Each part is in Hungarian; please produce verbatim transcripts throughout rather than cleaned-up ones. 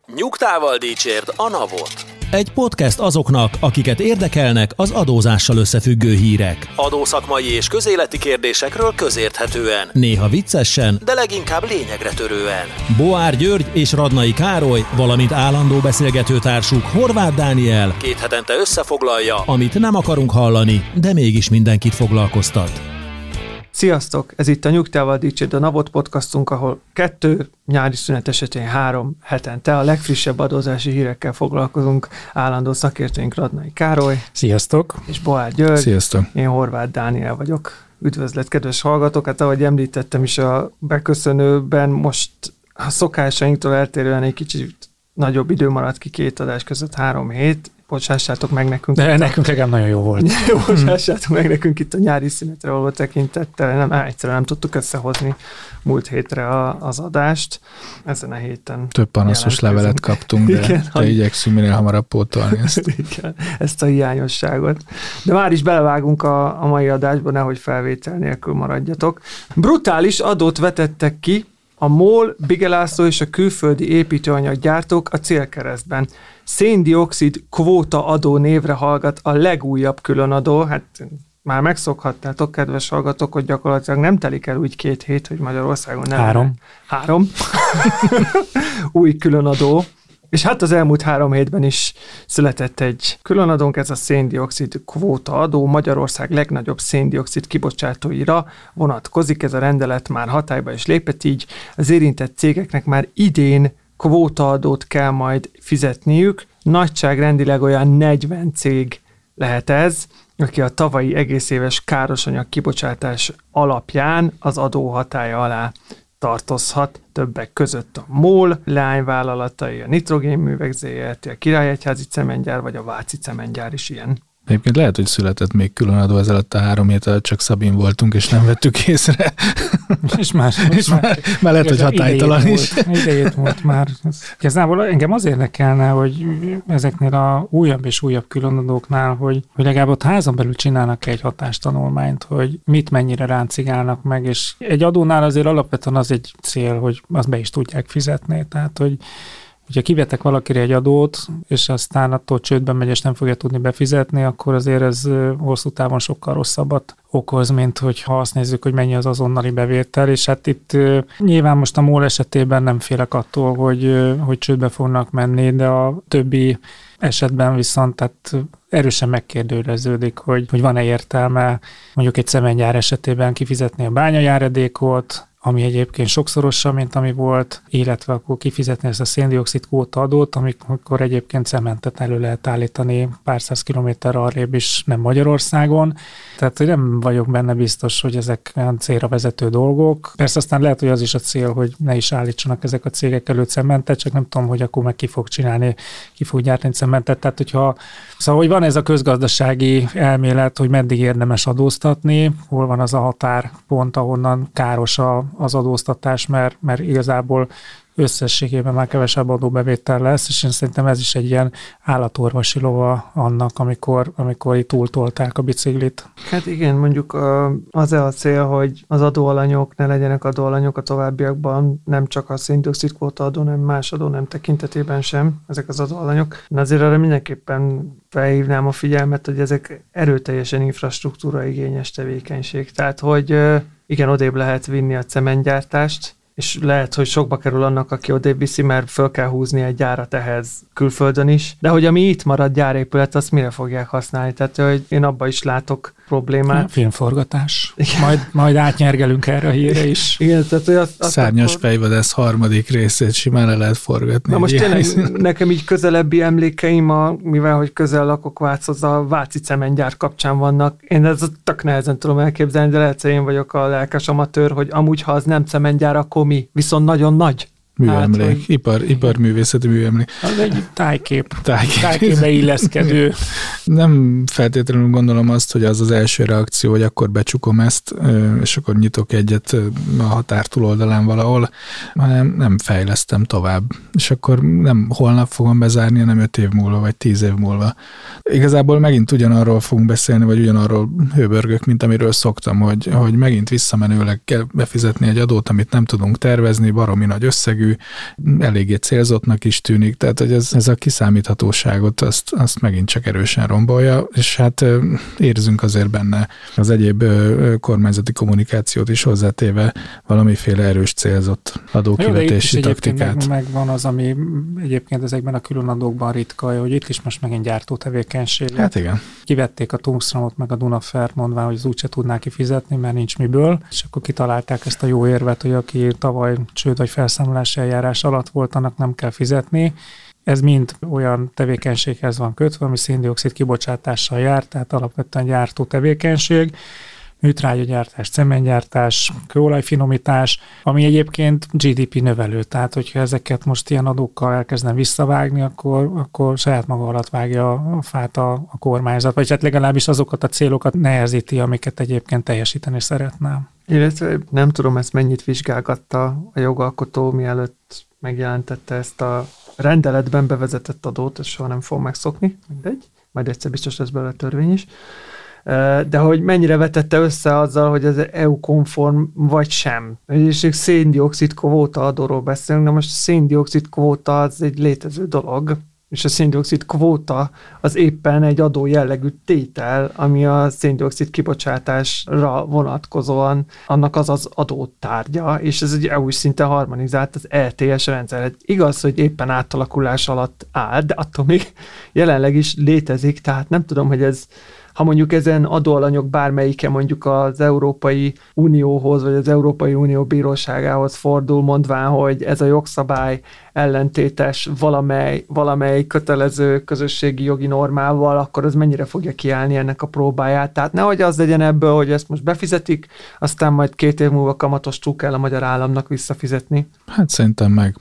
Nyugtával dicsérd a navot. Egy podcast azoknak, akiket érdekelnek az adózással összefüggő hírek. Adószakmai és közéleti kérdésekről közérthetően. Néha viccesen, de leginkább lényegre törően. Boár György és Radnai Károly, valamint állandó beszélgetőtársuk Horváth Dániel két hetente összefoglalja, amit nem akarunk hallani, de mégis mindenkit foglalkoztat. Sziasztok! Ez itt a Nyugtával dicsérd a navot podcastunk, ahol kettő, nyári szünet esetén három hetente a legfrissebb adózási hírekkel foglalkozunk. Állandó szakértőink Radnai Károly. Sziasztok! És Boár György. Sziasztok! Én Horváth Dániel vagyok. Üdvözlet, kedves hallgatók! Hát ahogy említettem is a beköszönőben, most a szokásainktól eltérően egy kicsit nagyobb idő maradt ki két adás között, három hét. Bocsássátok meg nekünk. De nekünk legalább nagyon jó volt. Bocsássátok meg nekünk itt a nyári szünetre való tekintettel. Nem, egyszerűen nem tudtuk összehozni múlt hétre a, az adást. Ezen a héten több panaszos levelet kaptunk, de, igen, de igyekszünk minél hamarabb pótolni ezt. Igen, ezt a hiányosságot. De már is belevágunk a, a mai adásba, nehogy felvétel nélkül maradjatok. Brutális adót vetettek ki a MOL, Bigelászló és a külföldi építőanyaggyártók a célkeresztben. Széndioxid kvóta adó névre hallgat a legújabb különadó. Hát már megszokhattátok, kedves hallgatók, hogy gyakorlatilag nem telik el úgy két hét, hogy Magyarországon nem. Három. Három. Új különadó. És hát az elmúlt három hétben is született egy különadónk, ez a széndioxid kvóta adó. Magyarország legnagyobb széndioxid kibocsátóira vonatkozik. Ez a rendelet már hatályba is lépett, így az érintett cégeknek már idén kvótaadót kell majd fizetniük. Nagyságrendileg olyan negyven cég lehet ez, aki a tavalyi egész éves károsanyag kibocsátás alapján az adó hatálya alá tartozhat, többek között a MOL leányvállalatai, a Nitrogénművek zé er té, a Királyegyházi Cementgyár vagy a Váci Cementgyár is ilyen. Egyébként lehet, hogy született még különadó ezelőtt a három hét alatt, csak Szabin voltunk, és nem vettük észre. És már, és már, már, már lehet, hogy hatálytalan is. Idejét múlt már. Igazából engem az érdekelne, hogy ezeknél a újabb és újabb különadóknál, hogy, hogy legalább ott házon belül csinálnak egy hatástanulmányt, hogy mit mennyire ráncigálnak meg, és egy adónál azért alapvetően az egy cél, hogy azt be is tudják fizetni. Tehát, hogy hogyha kivetek valakire egy adót, és aztán attól csődben megy, és nem fogja tudni befizetni, akkor azért ez hosszú távon sokkal rosszabbat okoz, mint hogyha azt nézzük, hogy mennyi az azonnali bevétel, és hát itt nyilván most a MOL esetében nem félek attól, hogy, hogy csődbe fognak menni, de a többi esetben viszont tehát erősen megkérdőjeleződik, hogy, hogy van-e értelme mondjuk egy cementgyár esetében kifizetni a bányajáradékot, ami egyébként sokszorosabb, mint ami volt, illetve akkor kifizetni ezt a széndioxid kvóta adót, amikor egyébként cementet elő lehet állítani pár száz kilométerre arrébb is, nem Magyarországon. Tehát, hogy nem vagyok benne biztos, hogy ezek olyan célra vezető dolgok. Persze aztán lehet, hogy az is a cél, hogy ne is állítsanak ezek a cégek elő cementet, csak nem tudom, hogy akkor meg ki fog csinálni, ki fog gyártani cementet. Tehát, hogyha szóval, hogy van ez a közgazdasági elmélet, hogy meddig érdemes adóztatni, hol van az a határpont, ahonnan káros a az adóztatás, mert, mert igazából összességében már kevesebb adóbevétel lesz, és én szerintem ez is egy ilyen állatorvosi lova annak, amikor, amikor itt túltolták a biciklit. Hát igen, mondjuk az a cél, hogy az adóalanyok ne legyenek adóalanyok a továbbiakban, nem csak a széndioxid kvóta adó, nem más adó nem tekintetében sem, ezek az adóalanyok. De azért arra mindenképpen felhívnám a figyelmet, hogy ezek erőteljesen infrastruktúra igényes tevékenység. Tehát, hogy igen, odébb lehet vinni a cementgyártást, és lehet, hogy sokba kerül annak, aki odébb viszi, mert föl kell húzni egy gyárat ehhez külföldön is. De hogy ami itt marad gyárépület, azt mire fogják használni? Tehát, hogy én abban is látok problémát. Filmforgatás. Majd, majd átnyergelünk erre a hírre is. Igen, tehát, hogy azt, azt Szárnyas akkor... fejvadász harmadik részét simán le lehet forgatni. Na most tényleg nekem így közelebbi emlékeim, a, mivel hogy közel lakok Váchoz, a Váci Cementgyár kapcsán vannak. Én ezt tök nehezen tudom elképzelni, de lehet, hogy én vagyok a lelkes amatőr, hogy amúgy, ha az nem cementgyár, akkor mi? Viszont nagyon nagy. Műemlék, hát, hogy... Ipar, iparművészeti műemlék. Az egy tájkép. Tájkép. Tájképbe illeszkedő. Nem feltétlenül gondolom azt, hogy az az első reakció, hogy akkor becsukom ezt, és akkor nyitok egyet a határ túloldalán valahol, hanem nem fejlesztem tovább. És akkor nem holnap fogom bezárni, hanem öt év múlva, vagy tíz év múlva. Igazából megint ugyanarról fogunk beszélni, vagy ugyanarról hőbörgök, mint amiről szoktam, hogy, hogy megint visszamenőleg kell befizetni egy adót, amit nem tudunk tervezni, baromi nagy összegű, mennyiségű, eléggé célzottnak is tűnik, tehát hogy ez, ez a kiszámíthatóságot azt, azt megint csak erősen rombolja, és hát érzünk azért benne az egyéb kormányzati kommunikációt is hozzátéve valamiféle erős célzott adókivetési taktikát. Meg, megvan az, ami egyébként ezekben a különadókban ritka, hogy itt is most megint gyártó tevékenység. Hát igen. Kivették a Tungsramot meg a Dunafert, mondván, hogy az úgyse tudná kifizetni, mert nincs miből, és akkor kitalálták ezt a jó érvet, hogy aki tavaly csőd vagy felszámolási eljárás alatt volt, annak nem kell fizetni. Ez mind olyan tevékenységhez van kötve, ami szén-dioxid kibocsátással jár, tehát alapvetően gyártó tevékenység, műtrágyagyártás, cementgyártás, kőolajfinomítás, ami egyébként gé dé pé növelő. Tehát, hogyha ezeket most ilyen adókkal elkezdem visszavágni, akkor, akkor saját maga alatt vágja a fát a, a kormányzat, vagy hát legalábbis azokat a célokat nehezíti, amiket egyébként teljesíteni szeretném. Illetve nem tudom, ezt mennyit vizsgálgatta a jogalkotó, mielőtt megjelentette ezt a rendeletben bevezetett adót, ezt soha nem fog megszokni, mindegy, majd egyszer biztos lesz belőle törvény is. De hogy mennyire vetette össze azzal, hogy ez é u-konform vagy sem. És szén-dioxid kvóta adóról beszélünk, de most a szén-dioxid kvóta az egy létező dolog, és a szén-dioxid kvóta az éppen egy adó jellegű tétel, ami a szén-dioxid kibocsátásra vonatkozóan annak az az adó tárgya, és ez egy é u szinten harmonizált az é té es rendszer. Igaz, hogy éppen átalakulás alatt áll, de attól még jelenleg is létezik, tehát nem tudom, hogy ez ha mondjuk ezen adóalanyok bármelyike mondjuk az Európai Unióhoz, vagy az Európai Unió bíróságához fordul, mondván, hogy ez a jogszabály ellentétes valamely, valamely kötelező közösségi jogi normával, akkor az mennyire fogja kiállni ennek a próbáját. Tehát nehogy az legyen ebből, hogy ezt most befizetik, aztán majd két év múlva kamatostul kell a magyar államnak visszafizetni. Hát szerintem meg.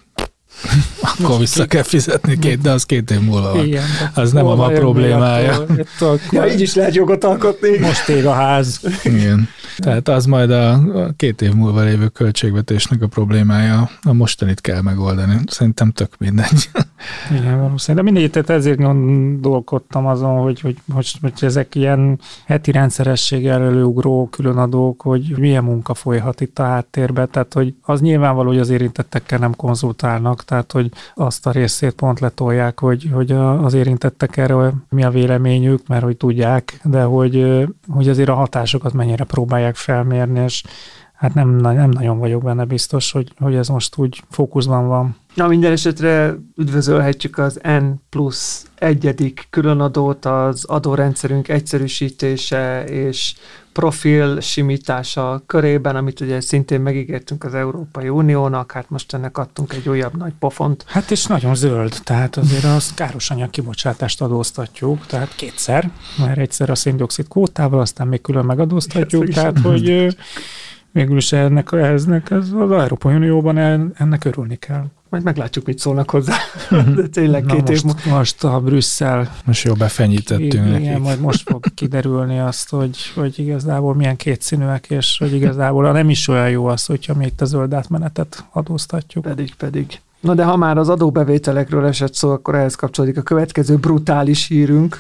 Akkor most vissza kell fizetni két, de az két év múlva van. Igen, az nem a ma problémája. Attól, attól, ja, így is lehet jogot alkotni. Most ég a ház. Igen. Tehát az majd a két év múlva lévő költségvetésnek a problémája, a mostanit kell megoldani. Szerintem tök mindegy. Igen, valószínűleg. De mindegy, tehát ezért gondolkodtam azon, hogy, hogy, hogy, hogy ezek ilyen heti rendszerességgel előugró különadók, hogy milyen munka folyhat itt a háttérben. Tehát, hogy az nyilvánvaló, hogy az érintettekkel nem konzultálnak, tehát, hogy azt a részét pont letolják, hogy, hogy az érintettek erről mi a véleményük, mert hogy tudják, de hogy, hogy azért a hatásokat mennyire próbálják felmérni, és hát nem, nem nagyon vagyok benne biztos, hogy, hogy ez most úgy fókuszban van. Na, minden esetre üdvözölhetjük az N plusz egyedik különadót, az adórendszerünk egyszerűsítése és profil simítása körében, amit ugye szintén megígértünk az Európai Uniónak, hát most ennek adtunk egy újabb nagy pofont. Hát és nagyon zöld, tehát azért az károsanyag kibocsátást adóztatjuk, tehát kétszer, mert egyszer a szén-dioxid kvótával, aztán még külön megadóztatjuk, tehát hogy végül is ennek, ennek az Európai Unióban ennek örülni kell. Majd meglátjuk, mit szólnak hozzá. De tényleg két év most, most a Brüsszel... Most jó befenyítettünk igen, nekik. majd most fog kiderülni azt, hogy, hogy igazából milyen kétszínűek, és hogy igazából nem is olyan jó az, hogyha mi itt a zöld átmenetet adóztatjuk. Pedig, pedig. Na de ha már az adóbevételekről esett szó, akkor ehhez kapcsolódik a következő brutális hírünk.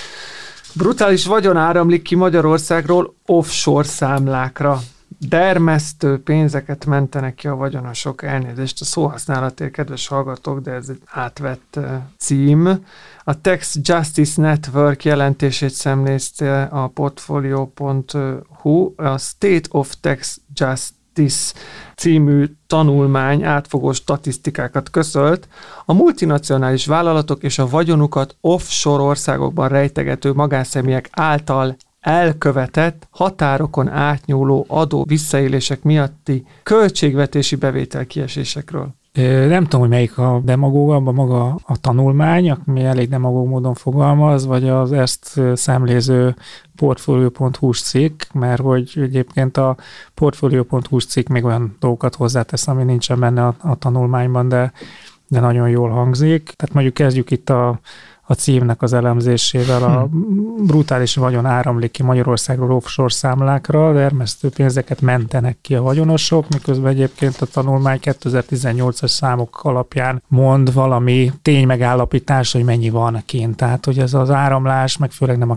Brutális vagyon áramlik ki Magyarországról offshore számlákra. Dermesztő pénzeket mentenek ki a vagyonosok. Elnézést a szóhasználatért, kedves hallgatók, de ez egy átvett cím. A Tax Justice Network jelentését szemlézte a portfolio pont hu. A State of Tax Justice című tanulmány átfogó statisztikákat közölt. A multinacionális vállalatok és a vagyonukat offshore országokban rejtegető magánszemélyek által elkövetett határokon átnyúló adó visszaélések miatti költségvetési bevételkiesésekről. Nem tudom, hogy melyik a demagóg, abban maga a tanulmány, ami elég demagóg módon fogalmaz, vagy az ezt szemléző portfolio pont hu-s cikk, mert hogy egyébként a portfolio pont hu-s cikk még olyan dolgokat hozzátesz, ami nincsen benne a, a tanulmányban, de, de nagyon jól hangzik. Tehát mondjuk kezdjük itt a a címnek az elemzésével a brutális vagyon áramlik ki Magyarországról offshore számlákra, termesztő pénzeket mentenek ki a vagyonosok, miközben egyébként a tanulmány kétezer-tizennyolcas számok alapján mond valami ténymegállapítás, hogy mennyi van kint. Tehát, hogy ez az áramlás, meg főleg nem a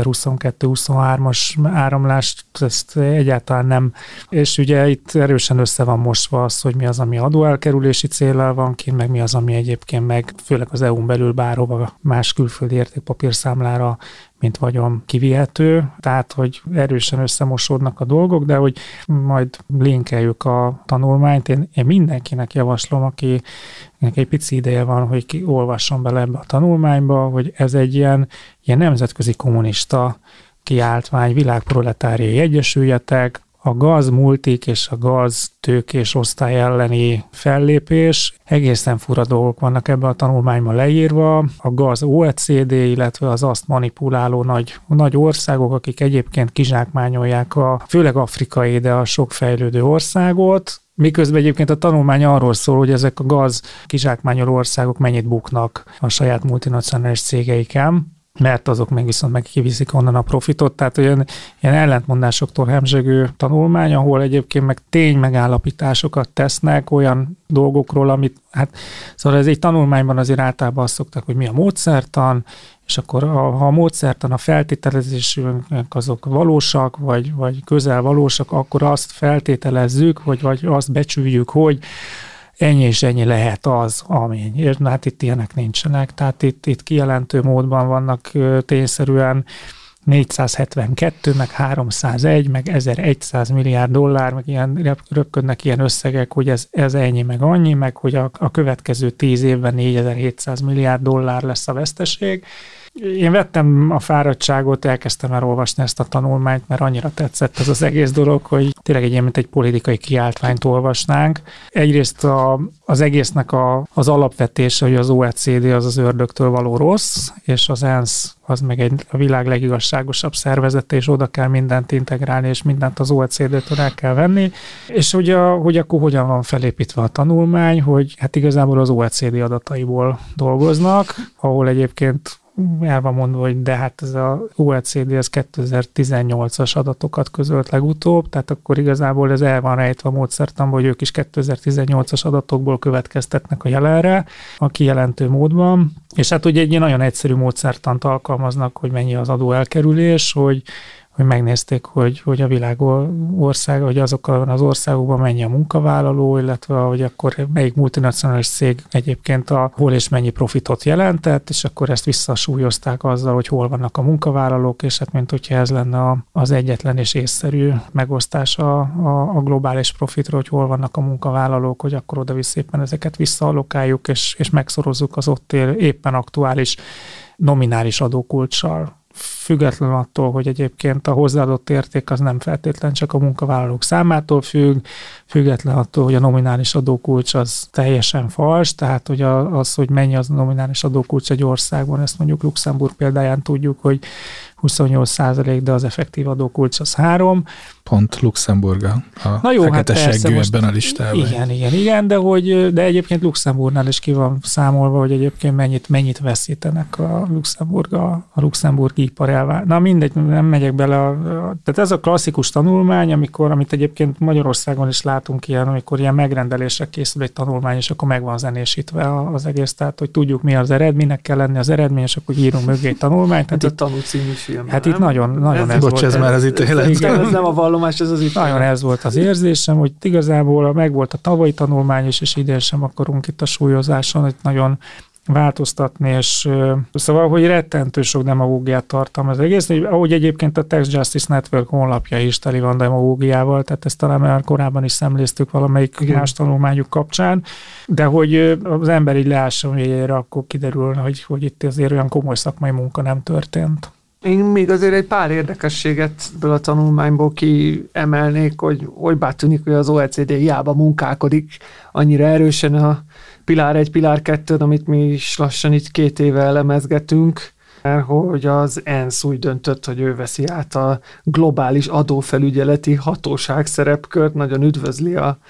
kétezer-huszonkettő-huszonhármas áramlást, ezt egyáltalán nem. És ugye itt erősen össze van mosva az, hogy mi az, ami adóelkerülési céllal van kint, meg mi az, ami egyébként meg főleg az é u-n belül bárhova más külföldi értékpapírszámlára, mint vagyon kivihető, tehát, hogy erősen összemosódnak a dolgok, de hogy majd linkeljük a tanulmányt. Én, én mindenkinek javaslom, akinek egy pici ideje van, hogy ki olvasson bele ebbe a tanulmányba, hogy ez egy ilyen, ilyen nemzetközi kommunista kiáltvány, világproletáriai egyesüljetek, a gazmultik és a gaztőkés osztály elleni fellépés. Egészen fura dolgok vannak ebben a tanulmányban leírva. A gaz o e cé dé, illetve az azt manipuláló nagy, nagy országok, akik egyébként kizsákmányolják a főleg afrikai, de a sok fejlődő országot, miközben egyébként a tanulmány arról szól, hogy ezek a gaz kizsákmányoló országok mennyit buknak a saját multinacionális cégeiken, mert azok meg viszont meg kiviszik onnan a profitot, tehát olyan ilyen ellentmondásoktól hemzsegő tanulmány, ahol egyébként meg ténymegállapításokat tesznek olyan dolgokról, amit, hát szóval ez egy tanulmányban azért általában azt szokták, hogy mi a módszertan, és akkor a, ha a módszertan, a feltételezésünk azok valósak, vagy, vagy közel valósak, akkor azt feltételezzük, vagy, vagy azt becsüljük, hogy ennyi és ennyi lehet az, ami. És hát itt ilyenek nincsenek, tehát itt, itt kijelentő módban vannak tényszerűen négyszázhetvenkettő, meg háromszázegy, meg ezerszáz milliárd dollár, meg ilyen röpködnek ilyen összegek, hogy ez, ez ennyi, meg annyi, meg hogy a, a következő tíz évben négyezer-hétszáz milliárd dollár lesz a veszteség. Én vettem a fáradtságot, elkezdtem el olvasni ezt a tanulmányt, mert annyira tetszett ez az egész dolog, hogy tényleg egy ilyen, mint egy politikai kiáltványt olvasnánk. Egyrészt a, az egésznek a, az alapvetése, hogy az o e cé dé az az ördögtől való rossz, és az ENSZ az meg egy, a világ legigazságosabb szervezete, és oda kell mindent integrálni, és mindent az o e cé dé-től el kell venni. És hogy, a, hogy akkor hogyan van felépítve a tanulmány, hogy hát igazából az o e cé dé adataiból dolgoznak, ahol egyébként el van mondva, hogy de hát ez az o e cé dé az kétezer-tizennyolcas adatokat közölt legutóbb, tehát akkor igazából ez el van rejtve a módszertanban, hogy ők is kétezer-tizennyolcas adatokból következtetnek a jelenre, a kijelentő módban. És hát ugye egy ilyen nagyon egyszerű módszertant alkalmaznak, hogy mennyi az adóelkerülés, hogy hogy megnézték, hogy, hogy a világ ország, hogy azokon az országokban mennyi a munkavállaló, illetve hogy akkor melyik multinacionális cég egyébként a hol és mennyi profitot jelentett, és akkor ezt visszasúlyozták azzal, hogy hol vannak a munkavállalók, és hát mint hogyha ez lenne az egyetlen és észszerű megosztás a, a, a globális profitról, hogy hol vannak a munkavállalók, hogy akkor oda szépen ezeket visszaallokáljuk, és, és megszorozzuk az ott éppen aktuális nominális adókulccsal. Függetlenül attól, hogy egyébként a hozzáadott érték az nem feltétlenül csak a munkavállalók számától függ, független attól, hogy a nominális adókulcs az teljesen fals, tehát hogy az, hogy mennyi az a nominális adókulcs egy országban, ezt mondjuk Luxemburg példáján tudjuk, hogy huszonnyolc százalék, de az effektív adókulcs az három. Pont Luxemburg a Na jó, fekete hát seggű ebben a listában. Igen, igen, igen, de, hogy, de egyébként Luxemburgnál is ki van számolva, hogy egyébként mennyit, mennyit veszítenek a Luxemburg, a, a luxemburgi iparelvá. Na mindegy, nem megyek bele. A, a, tehát ez a klasszikus tanulmány, amikor, amit egyébként Magyarországon is látunk ilyen, amikor ilyen megrendelésre készül egy tanulmány, és akkor meg van zenésítve az egész, tehát hogy tudjuk mi az eredmény, minek kell lenni az eredmény, és akkor írunk mögé egy tanulmányt. Hát itt, a tanú című film. Hát itt nagyon, nagyon ez, ez volt. Bocs, ez már az ítélet. Ez nem a vallomás, ez az ítélet. Nagyon ez volt az érzésem, hogy igazából meg volt a tavalyi tanulmány is, és idén sem akarunk itt a súlyozáson, hogy nagyon változtatni, és szóval, hogy rettentő sok demagógiát tartalmaz az egész, ahogy egyébként a Tax Justice Network honlapja is teli van demagógiával, tehát ezt talán már korábban is szemléztük valamelyik Igen. más tanulmányuk kapcsán, de hogy az ember így leássa mélyére, akkor kiderül, hogy, hogy itt azért olyan komoly szakmai munka nem történt. Én még azért egy pár érdekességet ebből a tanulmányból kiemelnék, hogy hogy bár tűnik, hogy az o e cé dé hiába munkálkodik annyira erősen a Pilár egy, Pilár kettő, amit mi is lassan itt két éve elemezgetünk, mert hogy az ENSZ úgy döntött, hogy ő veszi át a globális adófelügyeleti hatóság szerepkört, nagyon üdvözli a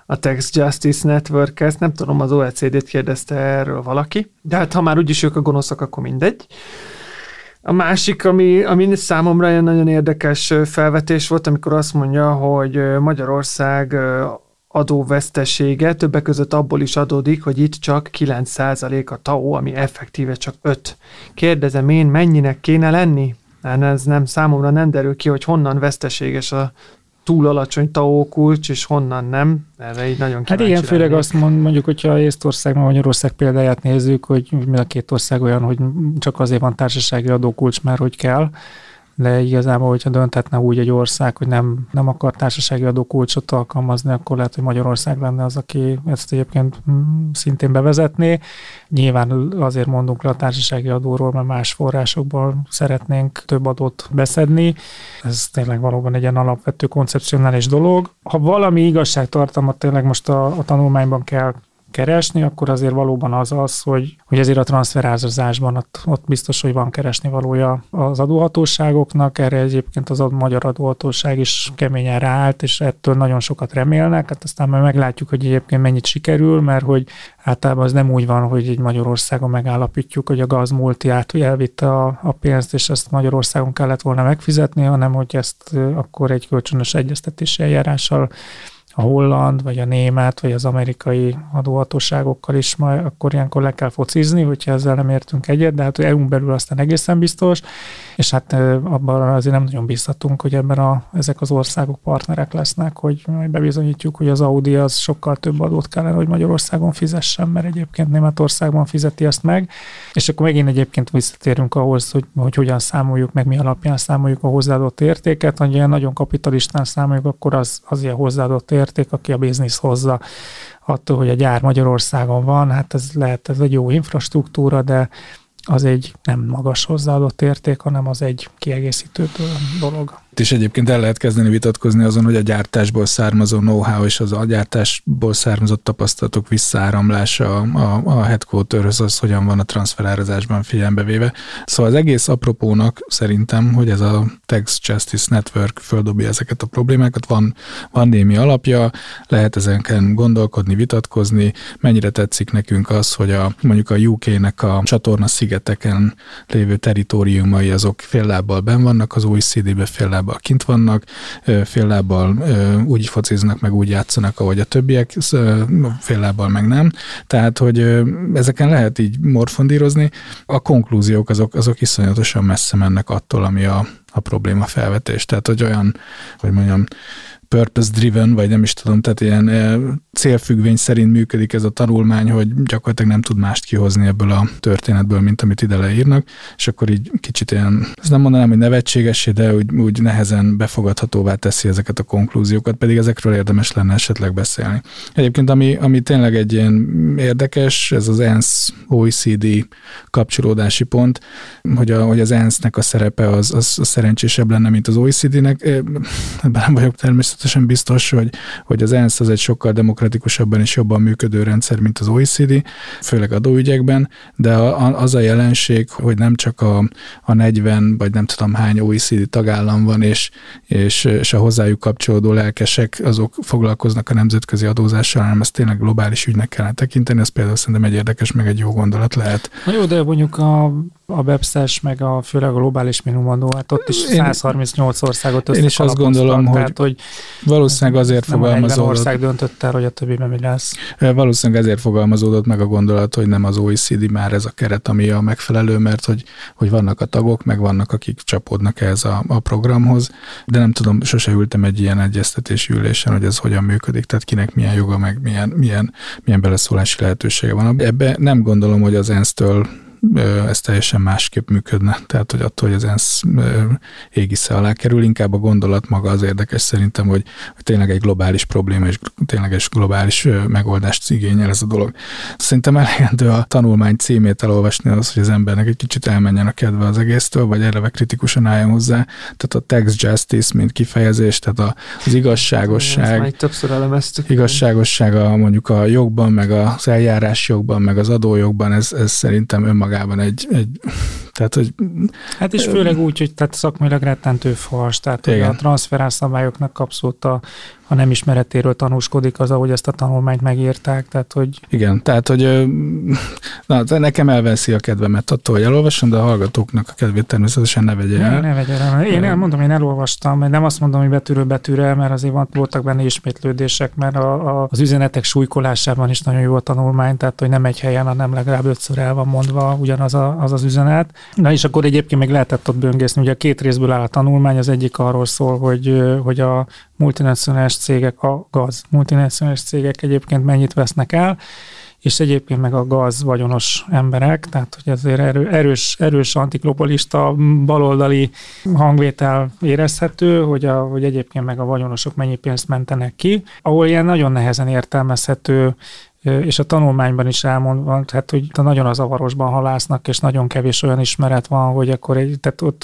a Tax Justice Network-et, nem tudom, az o e cé dét kérdezte erről valaki, de hát ha már úgyis ők a gonoszak, akkor mindegy. A másik, ami, ami számomra egy nagyon érdekes felvetés volt, amikor azt mondja, hogy Magyarország adóvesztesége többek között abból is adódik, hogy itt csak kilenc százalék a té á o, ami effektíve csak öt. Kérdezem én, mennyinek kéne lenni? Ez nem, számomra nem derül ki, hogy honnan veszteséges a túl alacsony té á o kulcs, és honnan nem. Erre így nagyon kíváncsi Hát igen, főleg lennék. azt mond, mondjuk, hogyha Észtország, meg Magyarország példáját nézzük, hogy mind a két ország olyan, hogy csak azért van társasági adókulcs, mert hogy kell, de igazából, hogyha dönthetne úgy egy ország, hogy nem, nem akar társasági adókulcsot alkalmazni, akkor lehet, hogy Magyarország lenne az, aki ezt egyébként szintén bevezetné. Nyilván azért mondunk le a társasági adóról, mert más forrásokból szeretnénk több adót beszedni. Ez tényleg valóban egy ilyen alapvető koncepcionális dolog. Ha valami igazságtartalmat tényleg most a, a tanulmányban kell keresni, akkor azért valóban az az, hogy, hogy ezért a transferázásban ott, ott biztos, hogy van keresni valója az adóhatóságoknak, erre egyébként az a magyar adóhatóság is keményen ráállt, és ettől nagyon sokat remélnek, hát aztán majd meglátjuk, hogy egyébként mennyit sikerül, mert hogy általában az nem úgy van, hogy így Magyarországon megállapítjuk, hogy a gazmulti át elvitte a, a pénzt, és ezt Magyarországon kellett volna megfizetni, hanem hogy ezt akkor egy kölcsönös egyeztetési eljárással a holland, vagy a német, vagy az amerikai adóhatóságokkal is majd akkor ilyenkor le kell focizni, hogyha ezzel nem értünk egyet, de hát é u-n belül aztán egészen biztos, és hát abban azért nem nagyon bízhatunk, hogy ebben a, ezek az országok partnerek lesznek, hogy majd bebizonyítjuk, hogy az Audi az sokkal több adót kellene, hogy Magyarországon fizessen, mert egyébként Németországban fizeti ezt meg, és akkor megint egyébként visszatérünk ahhoz, hogy, hogy hogyan számoljuk meg, mi alapján számoljuk a hozzáadott értéket, hogy ilyen nagyon kapitalistán számoljuk, akkor az, az ilyen hozzáadott érték, aki a biznisz hozza attól, hogy a gyár Magyarországon van, hát ez lehet, ez egy jó infrastruktúra, de az egy nem magas hozzáadott érték, hanem az egy kiegészítő dolog. És egyébként el lehet kezdeni vitatkozni azon, hogy a gyártásból származó know-how és az a gyártásból származott tapasztalatok visszaáramlása a, a headquarterhöz az hogyan van a transferárazásban figyelembe véve. Szóval az egész apropónak szerintem, hogy ez a Tax Justice Network földobja ezeket a problémákat, van, van némi alapja, lehet ezeken gondolkodni, vitatkozni, mennyire tetszik nekünk az, hogy a, mondjuk a u ká-nek a csatorna szigeteken lévő teritoriumai azok fél lábbal benn vannak, az o e cé dé-be fél lábbal kint vannak, fél lábbal úgy fociznak, meg úgy játszanak, ahogy a többiek, fél lábbal meg nem. Tehát, hogy ezeken lehet így morfondírozni. A konklúziók azok, azok iszonyatosan messze mennek attól, ami a, a probléma felvetés. Tehát, hogy olyan, hogy mondjam, purpose-driven, vagy nem is tudom, tehát ilyen célfüggvény szerint működik ez a tanulmány, hogy gyakorlatilag nem tud mást kihozni ebből a történetből, mint amit ide leírnak, és akkor így kicsit ilyen, ezt nem mondanám, hogy nevetségessé, de úgy, úgy nehezen befogadhatóvá teszi ezeket a konklúziókat, pedig ezekről érdemes lenne esetleg beszélni. Egyébként, ami, ami tényleg egy ilyen érdekes, ez az ENSZ o e cé dé kapcsolódási pont, hogy, a, hogy az ENSZ-nek a szerepe az, az, az szerencsésebb lenne, mint az o e cé dé-nek. Ebben nem vagyok természetesen biztos, hogy, hogy az ENSZ az egy sokkal demokratikusabban és jobban működő rendszer, mint az o e cé dé, főleg adóügyekben, de a, az a jelenség, hogy nem csak a, a negyven, vagy nem tudom hány o e cé dé tagállam van, és, és, és a hozzájuk kapcsolódó lelkesek, azok foglalkoznak a nemzetközi adózással, hanem ezt tényleg globális ügynek kellene tekinteni, ez például szerintem egy érdekes, meg egy jó gondolat lehet. Na jó, de mondjuk a, a BEPS-es, meg a főleg a globális minimumadó, hát ott is száz harmincnyolc országot összekalapoztak. Én is azt gondolom, tehát, hogy valószínűleg azért fogalmazódott. ország döntött el, hogy a többiben mi lesz. Valószínűleg ezért fogalmazódott meg a gondolat, hogy nem az o e cé dé már ez a keret, ami a megfelelő, mert hogy, hogy vannak a tagok, meg vannak, akik csapódnak ehhez a, a programhoz, de nem tudom, sose ültem egy ilyen egyeztetési ülésen, hogy ez hogyan működik, tehát kinek milyen joga, meg milyen, milyen, milyen beleszólási lehetősége van. Ebbe nem gondolom, hogy az ENSZ-től ez teljesen másképp működne. Tehát, hogy attól, hogy az ENSZ égisze alá kerül, inkább a gondolat maga az érdekes szerintem, hogy, hogy tényleg egy globális probléma és tényleg egy globális megoldást igényel ez a dolog. Szerintem elegendő a tanulmány címét elolvasni az, hogy az embernek egy kicsit elmenjen a kedve az egésztől, vagy eleve kritikusan álljon hozzá. Tehát a tax justice, mint kifejezés, tehát az igazságosság, ezt többször elemeztük. Igazságosság a, mondjuk a jogban, meg az eljárás jogban, meg az adójogban, ez, ez szerintem önmagában egy, egy tehát, hogy... Hát és főleg úgy, hogy tehát szakmailag rettentő fals, tehát hogy a transferálszabályoknak abszolút a, a nem ismeretéről tanúskodik az, ahogy ezt a tanulmányt megírták. Tehát, hogy... Igen, tehát, hogy na, nekem elveszi a kedvemet attól, hogy elolvasom, de a hallgatóknak a kedvét természetesen ne vegye el. Ne, ne vegye el. Én elmondom, én elolvastam, nem azt mondom, hogy betűről betűre, mert azért voltak benne ismétlődések, mert a, a, az üzenetek súlykolásában is nagyon jó a tanulmány, tehát, hogy nem egy helyen, hanem legalább ötször el van mondva ugyanaz a, az, az üzenet. Na és akkor egyébként még lehetett ott böngészni, ugye a két részből áll a tanulmány, az egyik arról szól, hogy, hogy a multinacionális cégek, a gaz multinacionális cégek egyébként mennyit vesznek el, és egyébként meg a gaz vagyonos emberek, tehát hogy azért erő, erős, erős antiglobalista baloldali hangvétel érezhető, hogy, a, hogy egyébként meg a vagyonosok mennyi pénzt mentenek ki, ahol ilyen nagyon nehezen értelmezhető, és a tanulmányban is elmondva, tehát, hogy nagyon az avarosban halásznak, és nagyon kevés olyan ismeret van, hogy akkor egy, tehát ott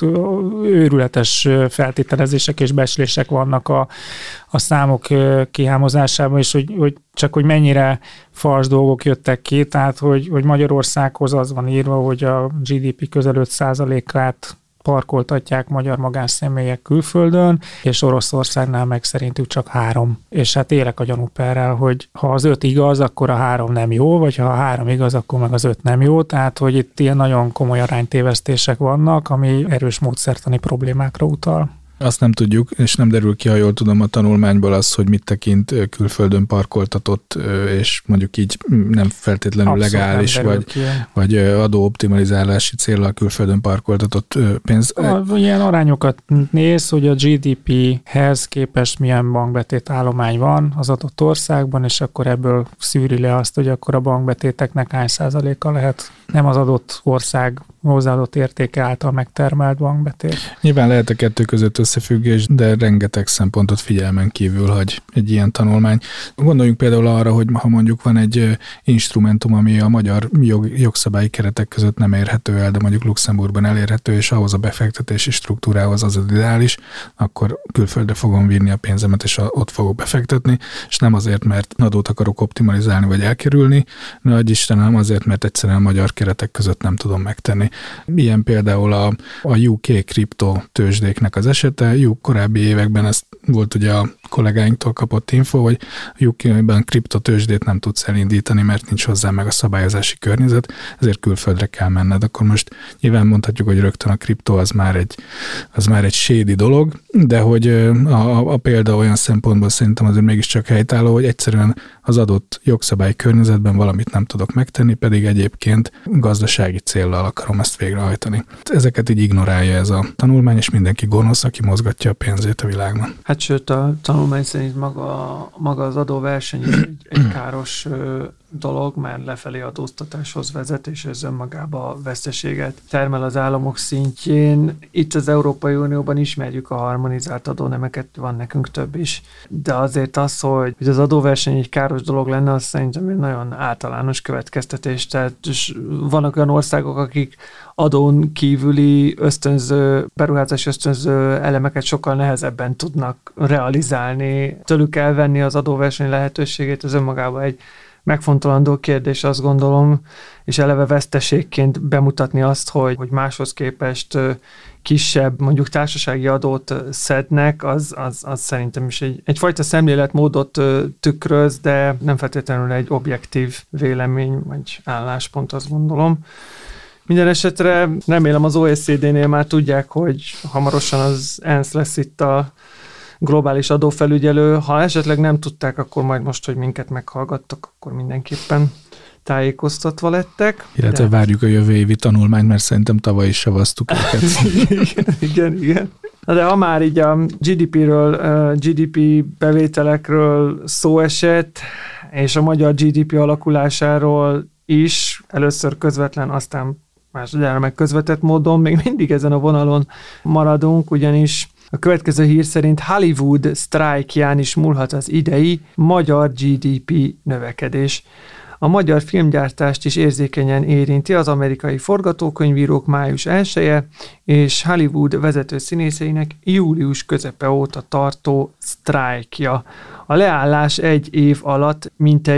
őrületes feltételezések és becslések vannak a, a számok kihámozásában, és hogy, hogy csak hogy mennyire fals dolgok jöttek ki, tehát hogy, hogy Magyarországhoz az van írva, hogy a gé dé pé közel öt százalékát parkoltatják magyar magánszemélyek külföldön, és Oroszországnál meg szerintük csak három. És hát élek a gyanúperrel, hogy ha az öt igaz, akkor a három nem jó, vagy ha a három igaz, akkor meg az öt nem jó. Tehát, hogy itt ilyen nagyon komoly aránytévesztések vannak, ami erős módszertani problémákra utal. Azt nem tudjuk, és nem derül ki, ha jól tudom a tanulmányból az, hogy mit tekint külföldön parkoltatott, és mondjuk így nem feltétlenül abszolút legális, nem vagy, vagy adóoptimalizálási céllal külföldön parkoltatott pénz. A, ilyen arányokat néz, hogy a gé dé péhez képest milyen bankbetét állomány van az adott országban, és akkor ebből szűri le azt, hogy akkor a bankbetéteknek hány százaléka lehet nem az adott ország hozzáadott értéke által megtermelt bankbetét. Nyilván lehet a kettő között összefüggés, de rengeteg szempontot figyelmen kívül hagy egy ilyen tanulmány. Gondoljunk például arra, hogy ha mondjuk van egy instrumentum, ami a magyar jog, jogszabályi keretek között nem érhető el, de mondjuk Luxemburgban elérhető, és ahhoz a befektetési struktúrához az az ideális, akkor külföldre fogom vinni a pénzemet, és ott fogok befektetni, és nem azért, mert adót akarok optimalizálni, vagy elkerülni, de adj Isten, nem azért, mert egyszerűen a magyar keretek között nem tudom megtenni. Ilyen például a, a u ká kripto tőzsdéknek az esete. Jó, korábbi években ez volt ugye a kollégáinktól kapott info, hogy a u ká-ben kriptotőzsdét nem tudsz elindítani, mert nincs hozzá meg a szabályozási környezet, ezért külföldre kell menned. Akkor most nyilván mondhatjuk, hogy rögtön a kripto az már egy, az már egy shady dolog, de hogy a, a példa olyan szempontból szerintem azért mégiscsak helytálló, hogy egyszerűen az adott jogszabályi környezetben valamit nem tudok megtenni, pedig egyébként gazdasági céllal akarom ezt végrehajtani. Ezeket így ignorálja ez a tanulmány, és mindenki gonosz, aki mozgatja a pénzét a világban. Hát sőt, a tanulmány szerint maga, maga az adóverseny egy, egy káros dolog, mert lefelé adóztatáshoz vezet, és ez önmagába veszteséget termel az államok szintjén. Itt az Európai Unióban ismerjük a harmonizált adónemeket, van nekünk több is. De azért az, hogy, hogy az adóverseny egy káros dolog lenne, az szerintem egy nagyon általános következtetés. Tehát vannak olyan országok, akik adón kívüli ösztönző, beruházás ösztönző elemeket sokkal nehezebben tudnak realizálni. Tőlük elvenni az adóverseny lehetőségét, az önmagában egy megfontolandó kérdés, azt gondolom, és eleve veszteségként bemutatni azt, hogy, hogy máshoz képest kisebb, mondjuk társasági adót szednek, az, az, az szerintem is egy, egyfajta szemléletmódot tükröz, de nem feltétlenül egy objektív vélemény vagy álláspont, azt gondolom. Minden esetre remélem az o e cé dé-nél már tudják, hogy hamarosan az ENSZ lesz itt a globális adófelügyelő. Ha esetleg nem tudták, akkor majd most, hogy minket meghallgattak, akkor mindenképpen tájékoztatva lettek. Illetve de... várjuk a jövő évi tanulmányt, mert szerintem tavaly is savaztuk őket. igen, igen, igen. Na de ha már így a gé dé pé-ről, gé dé pé bevételekről szó esett, és a magyar gé dé pé alakulásáról is, először közvetlen, aztán másodjára meg közvetett módon, még mindig ezen a vonalon maradunk, ugyanis a következő hír szerint Hollywood sztrájkján is múlhat az idei magyar gé dé pé növekedés. A magyar filmgyártást is érzékenyen érinti az amerikai forgatókönyvírók május elseje, és Hollywood vezető színészeinek július közepe óta tartó sztrájkja. A leállás egy év alatt mintegy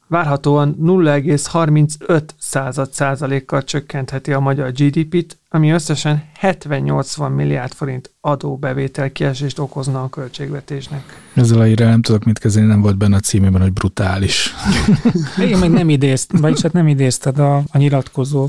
várhatóan nulla egész harmincöt százalékkal csökkentheti a magyar gé dé pét, ami összesen hetven-nyolcvan milliárd forint adóbevétel kiesést okozna a költségvetésnek. Ezzel a hírrel nem tudok mit kezdeni, nem volt benne a címében, hogy brutális. Én meg nem idézt, vagyis hát nem idézted a, a nyilatkozó.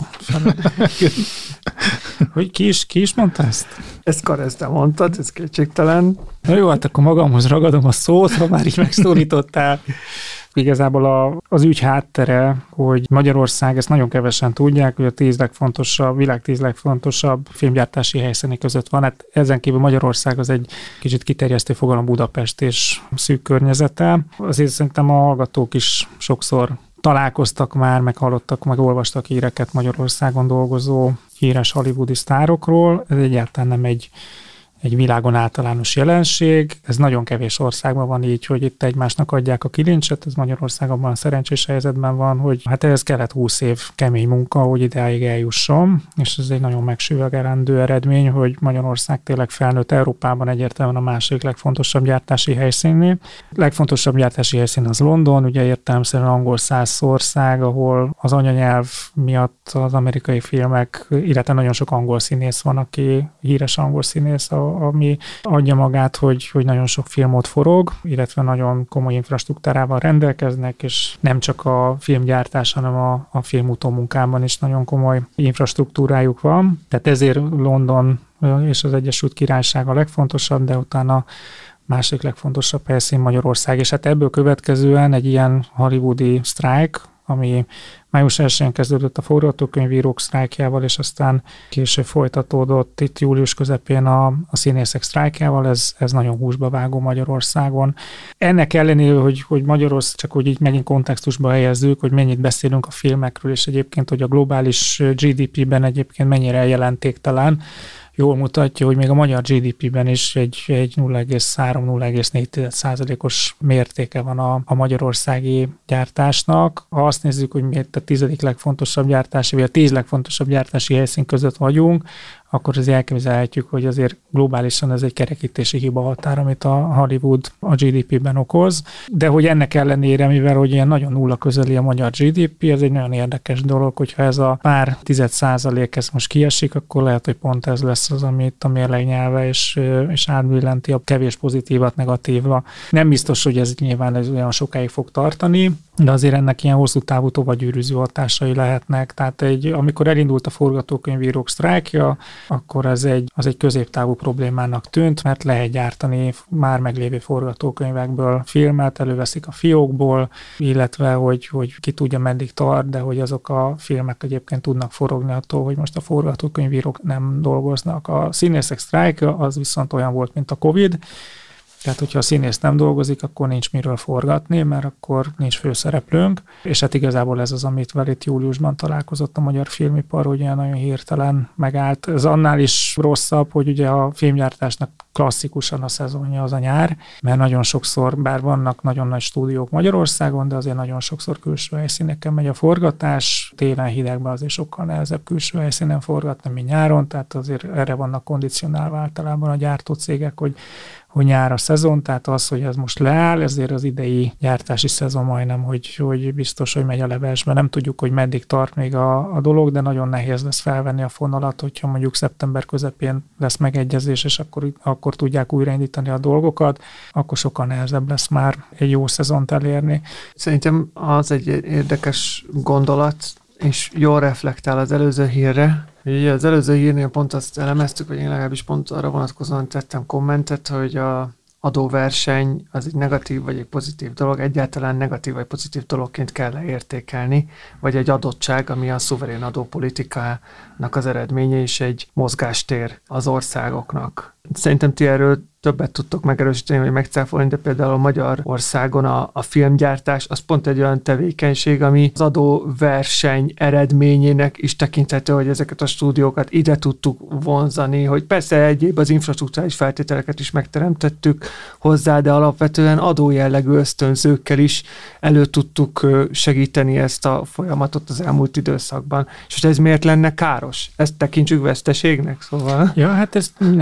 Hogy ki is, ki is mondta ezt? Ezt Karezde mondtad, ez kétségtelen. Na jó, hát akkor magamhoz ragadom a szót, ha már így megszólítottál. Igazából a, az ügy háttere, hogy Magyarország, ezt nagyon kevesen tudják, hogy a tíz legfontosabb, világ tíz legfontosabb filmgyártási helyszíni között van. Hát ezen kívül Magyarország az egy kicsit kiterjesztő fogalom Budapest és szűk környezete. Azért szerintem a hallgatók is sokszor találkoztak már, meg hallottak, meg olvastak híreket Magyarországon dolgozó híres hollywoodi sztárokról. Ez egyáltalán nem egy egy világon általános jelenség. Ez nagyon kevés országban van így, hogy itt egymásnak adják a kilincset, ez Magyarországon szerencsés helyzetben van, hogy hát ez kellett húsz év kemény munka, hogy ideáig eljusson, és ez egy nagyon megsüvegelendő eredmény, hogy Magyarország tényleg felnőtt Európában egyértelműen a második legfontosabb gyártási helyszínnél. Legfontosabb gyártási helyszín az London, ugye értelemszerűen angol száz ország, ahol az anyanyelv miatt az amerikai filmek, illetve nagyon sok angol színész van, aki híres angol színész, ami adja magát, hogy, hogy nagyon sok film ott forog, illetve nagyon komoly infrastruktúrával rendelkeznek, és nem csak a filmgyártás, hanem a, a film utómunkában is nagyon komoly infrastruktúrájuk van. Tehát ezért London és az Egyesült Királyság a legfontosabb, de utána másik legfontosabb helyszín Magyarország. És hát ebből következően egy ilyen hollywoodi sztrájk, ami május elsején kezdődött a forgatókönyvírók sztrájkjával, és aztán később folytatódott itt július közepén a, a színészek sztrájkjával, ez, ez nagyon húsba vágó Magyarországon. Ennek ellenére, hogy, hogy Magyarország, csak hogy így megint kontextusba helyezzük, hogy mennyit beszélünk a filmekről, és egyébként, hogy a globális gé dé pében egyébként mennyire jelentéktelen, jól mutatja, hogy még a magyar gé dé pében is egy, egy nulla egész három - nulla egész négy százalékos mértéke van a, a magyarországi gyártásnak. Ha azt nézzük, hogy miért a tizedik legfontosabb gyártási, vagy a tíz legfontosabb gyártási helyszín között vagyunk, akkor azért elképzelhetjük, hogy azért globálisan ez egy kerekítési hiba határ, amit a Hollywood a gé dé pében okoz. De hogy ennek ellenére, mivel hogy ilyen nagyon nulla közeli a magyar gé dé pé, ez egy nagyon érdekes dolog, hogyha ez a pár tized százalék ez most kiesik, akkor lehet, hogy pont ez lesz az, amit a mérleg nyelve, és, és átbillenti a kevés pozitívat negatívra. Nem biztos, hogy ez nyilván ez olyan sokáig fog tartani, de azért ennek ilyen hosszú távú tovagyűrűző hatásai lehetnek. Tehát egy, amikor elindult a forgatókönyvírók sztrájkja, akkor ez egy, az egy középtávú problémának tűnt, mert lehet gyártani már meglévő forgatókönyvekből filmet, előveszik a fiókból, illetve hogy, hogy ki tudja meddig tart, de hogy azok a filmek egyébként tudnak forogni attól, hogy most a forgatókönyvírók nem dolgoznak. A színészek sztrájkja az viszont olyan volt, mint a Covid, tehát, hogyha a színész nem dolgozik, akkor nincs miről forgatni, mert akkor nincs főszereplőnk, és hát igazából ez az, amit vel itt júliusban találkozott a magyar filmipar, hogy ilyen nagyon hirtelen megállt. Ez annál is rosszabb, hogy ugye a filmgyártásnak klasszikusan a szezonja az a nyár, mert nagyon sokszor, bár vannak nagyon nagy stúdiók Magyarországon, de azért nagyon sokszor külső helyszíneken megy a forgatás, télen hidegben azért sokkal nehezebb külső helyszínen forgatni, mint nyáron, tehát azért erre vannak kondicionálva általában a gyártócégek, hogy hogy nyár a szezon, tehát az, hogy ez most leáll, ezért az idei gyártási szezon majdnem, hogy, hogy biztos, hogy megy a levesbe. Nem tudjuk, hogy meddig tart még a, a dolog, de nagyon nehéz lesz felvenni a fonalat, hogyha mondjuk szeptember közepén lesz megegyezés, és akkor, akkor tudják újraindítani a dolgokat, akkor sokkal nehezebb lesz már egy jó szezont elérni. Szerintem az egy érdekes gondolat, és jól reflektál az előző hírre. Ugye az előző hírnél pont azt elemeztük, vagy én legalábbis pont arra vonatkozóan tettem kommentet, hogy a adóverseny az egy negatív vagy egy pozitív dolog, egyáltalán negatív vagy pozitív dologként kell leértékelni, vagy egy adottság, ami a szuverén adópolitikának az eredménye, és egy mozgástér az országoknak. Szerintem ti erről többet tudtok megerősíteni, vagy megcáfolni, de például Magyarországon a, a filmgyártás az pont egy olyan tevékenység, ami az adóverseny eredményének is tekinthető, hogy ezeket a stúdiókat ide tudtuk vonzani, hogy persze egyéb az infrastruktúrális feltételeket is megteremtettük hozzá, de alapvetően adójellegű ösztönzőkkel is elő tudtuk segíteni ezt a folyamatot az elmúlt időszakban. És hogy ez miért lenne káros? Ezt tekintsük veszteségnek, szóval. Ja, hát ez nem egyáltalán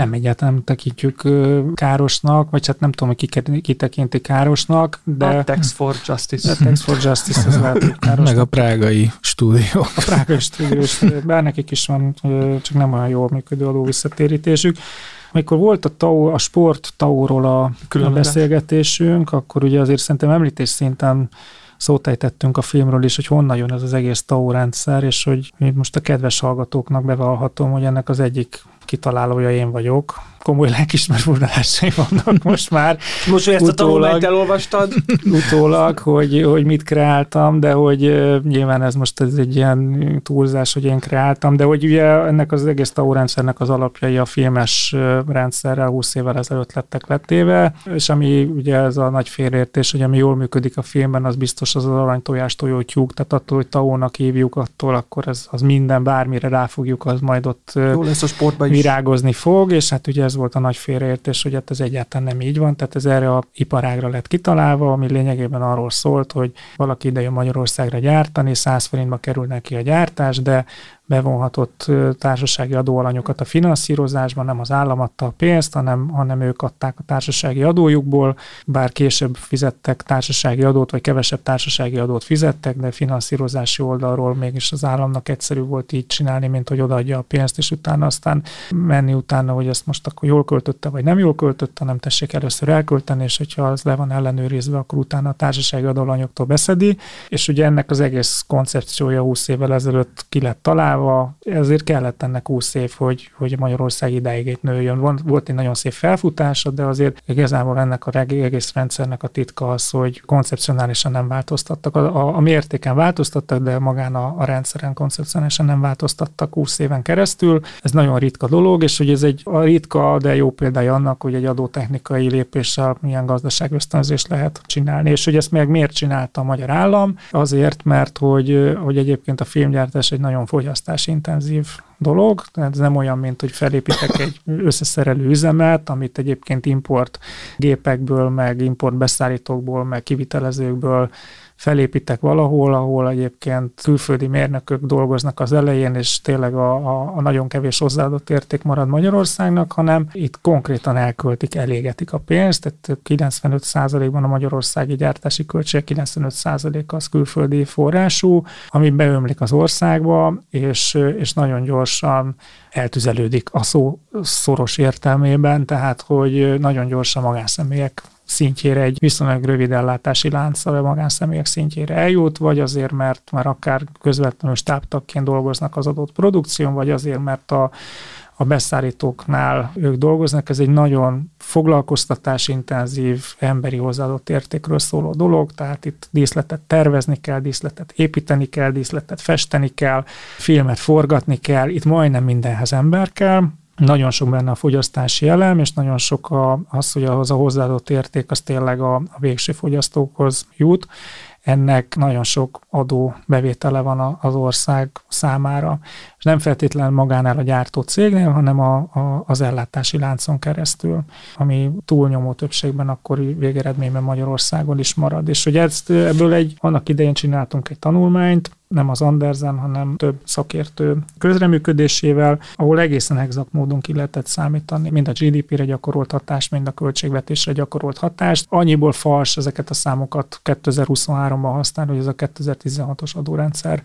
nem tekintjük károsnak, vagy hát nem tudom, hogy ki tekinti károsnak, de... A Tax for Justice. A Tax for Justice, ez lehet, hogy károsnak. Meg a prágai stúdió. A prágai stúdió, bár nekik is van, csak nem olyan jól működő adó visszatérítésük. Amikor volt a, tau, a sport tauról a, a beszélgetésünk, akkor ugye azért szerintem említés szinten szót ejtettünk a filmről is, hogy honnan jön ez az egész tau rendszer, és hogy most a kedves hallgatóknak bevallhatom, hogy ennek az egyik kitalálója én vagyok. Komoly lelkismert furdalásaim vannak most már. Most, hogy ezt utólag, a tanulmányt elolvastad? Utólag, hogy, hogy mit kreáltam, de hogy uh, nyilván ez most ez egy ilyen túlzás, hogy én kreáltam, de hogy ugye ennek az egész tau rendszernek az alapjai a filmes rendszerrel húsz évvel ezelőtt lettek lettéve, és ami ugye ez a nagy félreértés, hogy ami jól működik a filmben, az biztos az az aranytojás tojó tyúk, tehát attól, hogy taunak hívjuk, attól akkor ez, az minden, bármire ráfogjuk, az majd ott jó lesz a sportban is virágozni fog, és hát ugye ez volt a nagy félreértés, hogy hát ez egyáltalán nem így van, tehát ez erre a iparágra lett kitalálva, ami lényegében arról szólt, hogy valaki ide jön Magyarországra gyártani, száz forintba kerül neki a gyártás, de bevonhatott társasági adóalanyokat a finanszírozásban, nem az állam adta a pénzt, hanem, hanem ők adták a társasági adójukból, bár később fizettek társasági adót, vagy kevesebb társasági adót fizettek, de finanszírozási oldalról mégis az államnak egyszerű volt így csinálni, mint hogy odaadja a pénzt, és utána aztán menni utána, hogy ezt most akkor jól költötte, vagy nem jól költötte, nem tessék először elkölteni, és hogyha az le van ellenőrizve, akkor utána a társasági adóalanyoktól beszedi, és ugye ennek az egész koncepciója húsz évvel ezelőtt ki lett találva, ezért kellett ennek húsz év, hogy, hogy Magyarország idáig egy nőjön. Volt egy nagyon szép felfutása, de azért igazából ennek a egész rendszernek a titka az, hogy koncepcionálisan nem változtattak. A, a, a mértéken változtattak, de magán a, a rendszeren koncepcionálisan nem változtattak húsz éven keresztül. Ez nagyon ritka dolog, és hogy ez egy a ritka, de jó példája annak, hogy egy adótechnikai lépéssel milyen gazdaságösztönzést lehet csinálni. És hogy ezt meg miért csinálta a magyar állam? Azért, mert hogy, hogy egyébként a filmgyártás egy nagyon fogyasztás intenzív dolog, tehát ez nem olyan, mint hogy felépítek egy összeszerelő üzemet, amit egyébként import gépekből, meg import beszállítókból, meg kivitelezőkből felépítek valahol, ahol egyébként külföldi mérnökök dolgoznak az elején, és tényleg a, a, a nagyon kevés hozzáadott érték marad Magyarországnak, hanem itt konkrétan elköltik, elégetik a pénzt, tehát kilencvenöt százalékban a magyarországi gyártási költség, kilencvenöt százalék az külföldi forrású, ami beömlik az országba, és, és nagyon gyorsan eltüzelődik a szó szoros értelmében, tehát hogy nagyon gyorsan magánszemélyek szintjére egy viszonylag rövid ellátási lánccal a magánszemélyek szintjére eljut, vagy azért, mert már akár közvetlenül stábtagként dolgoznak az adott produkción, vagy azért, mert a, a beszállítóknál ők dolgoznak. Ez egy nagyon foglalkoztatásintenzív, emberi hozzáadott értékről szóló dolog, tehát itt díszletet tervezni kell, díszletet építeni kell, díszletet festeni kell, filmet forgatni kell, itt majdnem mindenhez ember kell. Nagyon sok benne a fogyasztási elem, és nagyon sok a, az, hogy ahhoz a hozzáadott érték, az tényleg a, a végső fogyasztókhoz jut. Ennek nagyon sok adó bevétele van az ország számára, és nem feltétlenül magánál a gyártó cégnél, hanem a, a, az ellátási láncon keresztül, ami túlnyomó többségben akkori végeredményben Magyarországon is marad. És hogy ezt, ebből egy, annak idején csináltunk egy tanulmányt, nem az Andersen, hanem több szakértő közreműködésével, ahol egészen exakt módon ki lehetett számítani, mind a gé dé pére gyakorolt hatást, mind a költségvetésre gyakorolt hatást. Annyiból fals ezeket a számokat kétezer-huszonháromban használni, hogy ez a kétezer-tizenhatos adórendszer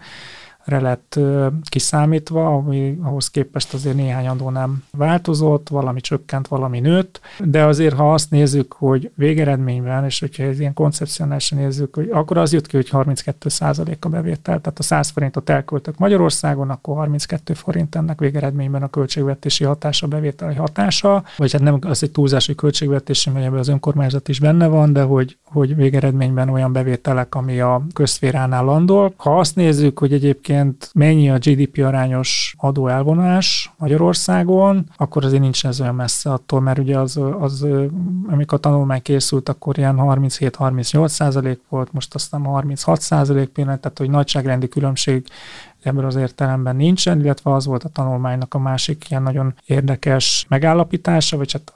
lett kiszámítva, ami ahhoz képest azért néhány adó nem változott, valami csökkent, valami nőtt, de azért, ha azt nézzük, hogy végeredményben, és hogyha ez ilyen koncepcionálisan nézzük, hogy akkor az jött ki, hogy harminckettő százalék a bevétel, tehát a száz forintot elköltök Magyarországon, akkor harminckettő forint ennek végeredményben a költségvetési hatása, bevételi hatása, vagy hát nem az egy túlzás, hogy költségvetési, mert ebben az önkormányzat is benne van, de hogy, hogy végeredményben olyan bevételek, ami a közszféránál landol. Ha azt nézzük, hogy egyébként mennyi a gé dé pé arányos adóelvonás Magyarországon, akkor azért nincs ez olyan messze attól, mert ugye az, az amikor a tanulmány készült, akkor ilyen harminchét-harmincnyolc százalék volt, most aztán harminchat százalék pillanat, tehát hogy nagyságrendi különbség ebből az értelemben nincsen, illetve az volt a tanulmánynak a másik ilyen nagyon érdekes megállapítása, vagy hát amit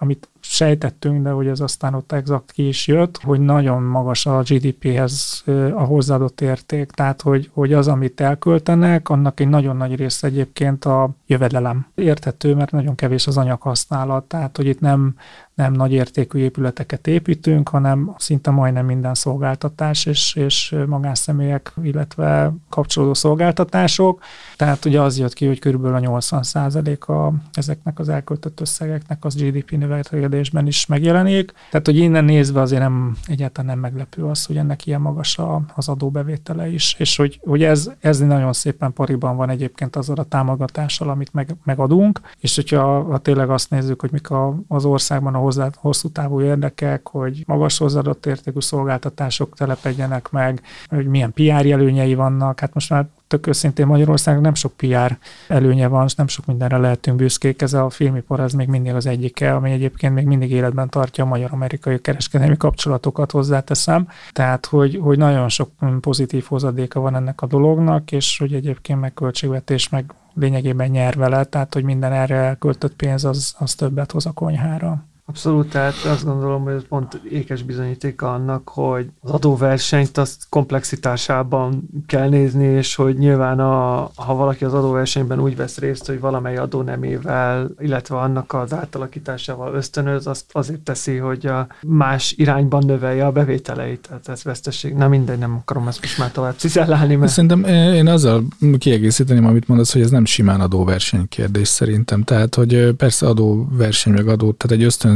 sejtettünk, de hogy ez aztán ott exakt ki is jött, hogy nagyon magas a gé dé péhez a hozzáadott érték, tehát hogy, hogy az, amit elköltenek, annak egy nagyon nagy része egyébként a jövedelem. Érthető, mert nagyon kevés az anyaghasználat, tehát hogy itt nem nem nagy értékű épületeket építünk, hanem szinte majdnem minden szolgáltatás és, és magánszemélyek, illetve kapcsolódó szolgáltatások. Tehát ugye az jött ki, hogy körülbelül a nyolcvan százaléka ezeknek az elköltött összegeknek az gé dé pé növekedésben is megjelenik. Tehát, hogy innen nézve azért nem, egyáltalán nem meglepő az, hogy ennek ilyen magas a, az adóbevétele is, és hogy, hogy ez, ez nagyon szépen pariban van egyébként azzal a támogatással, amit meg, megadunk, és hogyha ha tényleg azt nézzük, hogy mik a, az országban a hozzá, hosszú távú érdekek, hogy magas hozzáadott értékű szolgáltatások telepedjenek meg, hogy milyen pé er előnyei vannak. Hát most már tök őszintén Magyarországon nem sok pé er előnye van, és nem sok mindenre lehetünk büszkék. Ez a filmipar az még mindig az egyike, ami egyébként még mindig életben tartja a magyar-amerikai kereskedelmi kapcsolatokat, hozzáteszem. Tehát, hogy, hogy nagyon sok pozitív hozadéka van ennek a dolognak, és hogy egyébként meg költségvetés meg lényegében nyer vele, tehát, hogy minden erre elköltött pénz az, az többet hoz a konyhára. Abszolút, tehát azt gondolom, hogy ez pont ékes bizonyítéka annak, hogy az adóversenyt azt komplexitásában kell nézni, és hogy nyilván a, ha valaki az adóversenyben úgy vesz részt, hogy valamely adónemével, illetve annak az átalakításával ösztönöz, azt azért teszi, hogy a más irányban növelje a bevételeit. Tehát ez veszteség. Na mindegy, nem akarom ezt most már tovább cizellálni. Mert... Szerintem én azzal kiegészíteném, amit mondasz, hogy ez nem simán adóverseny kérdés szerintem. Tehát, hogy persze adóverseny meg adó, tehát egy ösztönző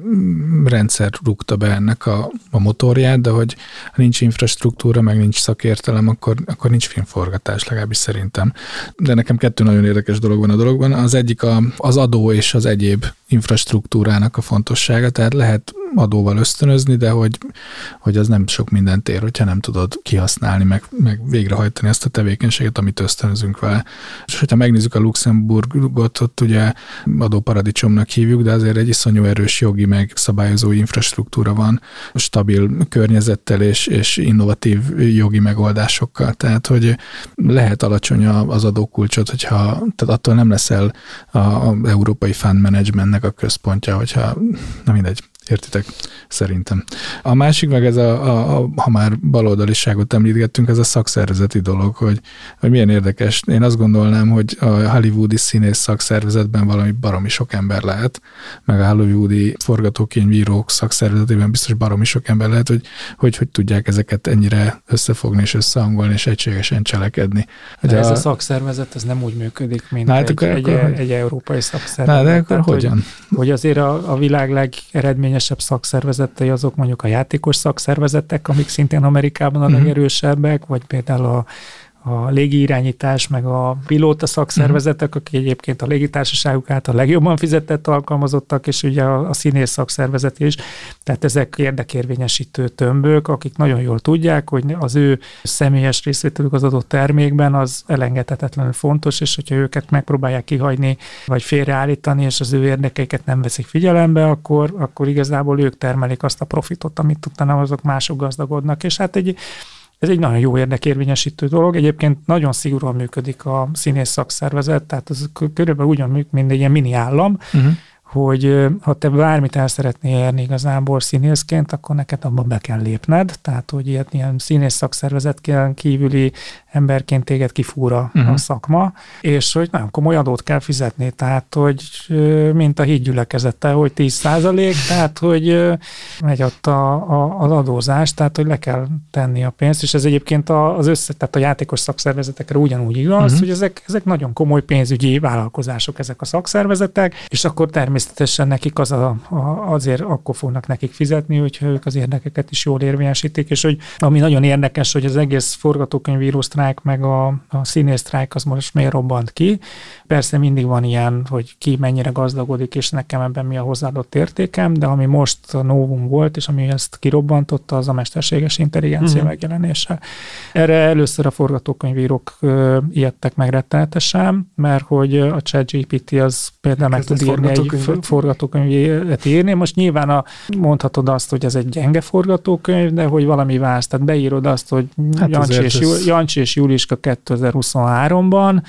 rendszer rúgta be ennek a, a motorját, de hogy ha nincs infrastruktúra, meg nincs szakértelem, akkor, akkor nincs filmforgatás, legalábbis szerintem. De nekem kettő nagyon érdekes dolog van a dologban. Az egyik a, az adó és az egyéb infrastruktúrának a fontossága, tehát lehet adóval ösztönözni, de hogy, hogy az nem sok mindent ér, hogyha nem tudod kihasználni, meg, meg végrehajtani ezt a tevékenységet, amit ösztönözünk vele. És hogyha megnézzük a Luxemburgot, ott ugye adóparadicsomnak hívjuk, de azért egy iszonyú erős jogi meg szabályozó infrastruktúra van, stabil környezettel és, és innovatív jogi megoldásokkal. Tehát, hogy lehet alacsony az adókulcsot, hogyha, tehát attól nem leszel az európai fund managementnek a központja, hogyha, na mindegy, értitek, szerintem. A másik meg ez, a, a, a, ha már baloldaliságot említgettünk, ez a szakszervezeti dolog, hogy, hogy milyen érdekes. Én azt gondolnám, hogy a hollywoodi színész szakszervezetben valami baromi sok ember lehet, meg a hollywoodi forgatókönyvírók szakszervezetében biztos baromi sok ember lehet, hogy hogy, hogy tudják ezeket ennyire összefogni és összehangolni és egységesen cselekedni. De ez a, a szakszervezet, ez nem úgy működik, mint hát egy, egy, egy, egy európai szakszervezet. Na, de akkor Tehát, hogyan? Hogy, hogy azért a, a világ legeredményesebb szakszervezetei azok mondjuk a játékos szakszervezetek, amik szintén Amerikában a legerősebbek, vagy például a a légiirányítás, meg a pilóta szakszervezetek, akik egyébként a légitársaságuk által legjobban fizetett alkalmazottak, és ugye a, a színész szakszervezet is. Tehát ezek érdekérvényesítő tömbök, akik nagyon jól tudják, hogy az ő személyes részvételük az adott termékben az elengedhetetlenül fontos, és hogyha őket megpróbálják kihagyni, vagy félreállítani, és az ő érdekeiket nem veszik figyelembe, akkor, akkor igazából ők termelik azt a profitot, amit utána azok mások gazdagodnak. És hát egy Ez egy nagyon jó érdekérvényesítő dolog. Egyébként nagyon szigorúan működik a színész szakszervezet, tehát ez körülbelül ugyan működik, mint egy ilyen mini állam, uh-huh. hogy ha te bármit el szeretnél érni igazából színészként, akkor neked abban be kell lépned, tehát hogy ilyet, ilyen színész szakszervezetként kívüli emberként téged kifúra uh-huh. a szakma, és hogy nagyon komoly adót kell fizetni, tehát hogy mint a hídgyülekezete, hogy tíz százalék, tehát hogy megy ott a, a, az adózás, tehát hogy le kell tenni a pénzt, és ez egyébként az össze, tehát a játékos szakszervezetekre ugyanúgy igaz, uh-huh. hogy ezek, ezek nagyon komoly pénzügyi vállalkozások ezek a szakszervezetek, és akkor természetesen nekik az a, a, azért akkor fognak nekik fizetni, hogyha ők az érdekeket is jól érvényesítik, és hogy ami nagyon érdekes, hogy az egész forgatókönyvíró sztrájk meg a, a színész sztrájk az most miért robbant ki. Persze mindig van ilyen, hogy ki mennyire gazdagodik, és nekem ebben mi a hozzáadott értékem, de ami most a novum volt, és ami ezt kirobbantotta, az a mesterséges intelligencia uh-huh. megjelenése. Erre először a forgatókönyvírók ö, ijedtek meg rettenetesen, mert hogy a ChatGPT az például meg tud írni egy forgatókönyvet írni. Most nyilván a, mondhatod azt, hogy ez egy gyenge forgatókönyv, de hogy valami válsz, tehát beírod azt, hogy hát Jancsi és, ez... Jancsi és Juliska kétezer-huszonháromban,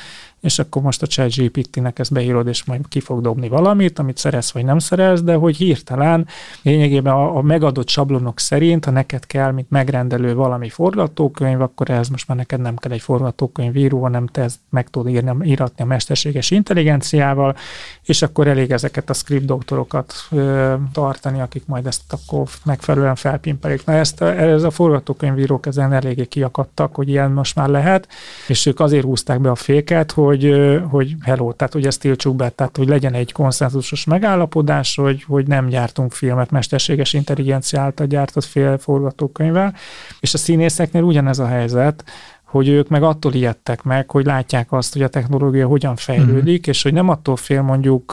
és akkor most a ChatGPT-nek ezt beírod, és majd ki fog dobni valamit, amit szerez vagy nem szerez, de hogy hirtelen lényegében a, a megadott sablonok szerint, ha neked kell, mint megrendelő valami forgatókönyv, akkor ez most már neked nem kell egy forgatókönyvíró, hanem te ezt meg tudod írni, íratni a mesterséges intelligenciával, és akkor elég ezeket a script doktorokat ö, tartani, akik majd ezt akkor megfelelően felpimpelik. Na ezt a, ez a forgatókönyvírók ezen eléggé kiakadtak, hogy ilyen most már lehet, és ők azért húzták be a féket, hogy, hogy hello, tehát hogy ezt tiltsuk be, tehát hogy legyen egy konszenzusos megállapodás, hogy, hogy nem gyártunk filmet mesterséges intelligencia által gyártott fél forgatókönyvvel, és a színészeknél ugyanez a helyzet, hogy ők meg attól ijedtek meg, hogy látják azt, hogy a technológia hogyan fejlődik, mm. és hogy nem attól fél mondjuk,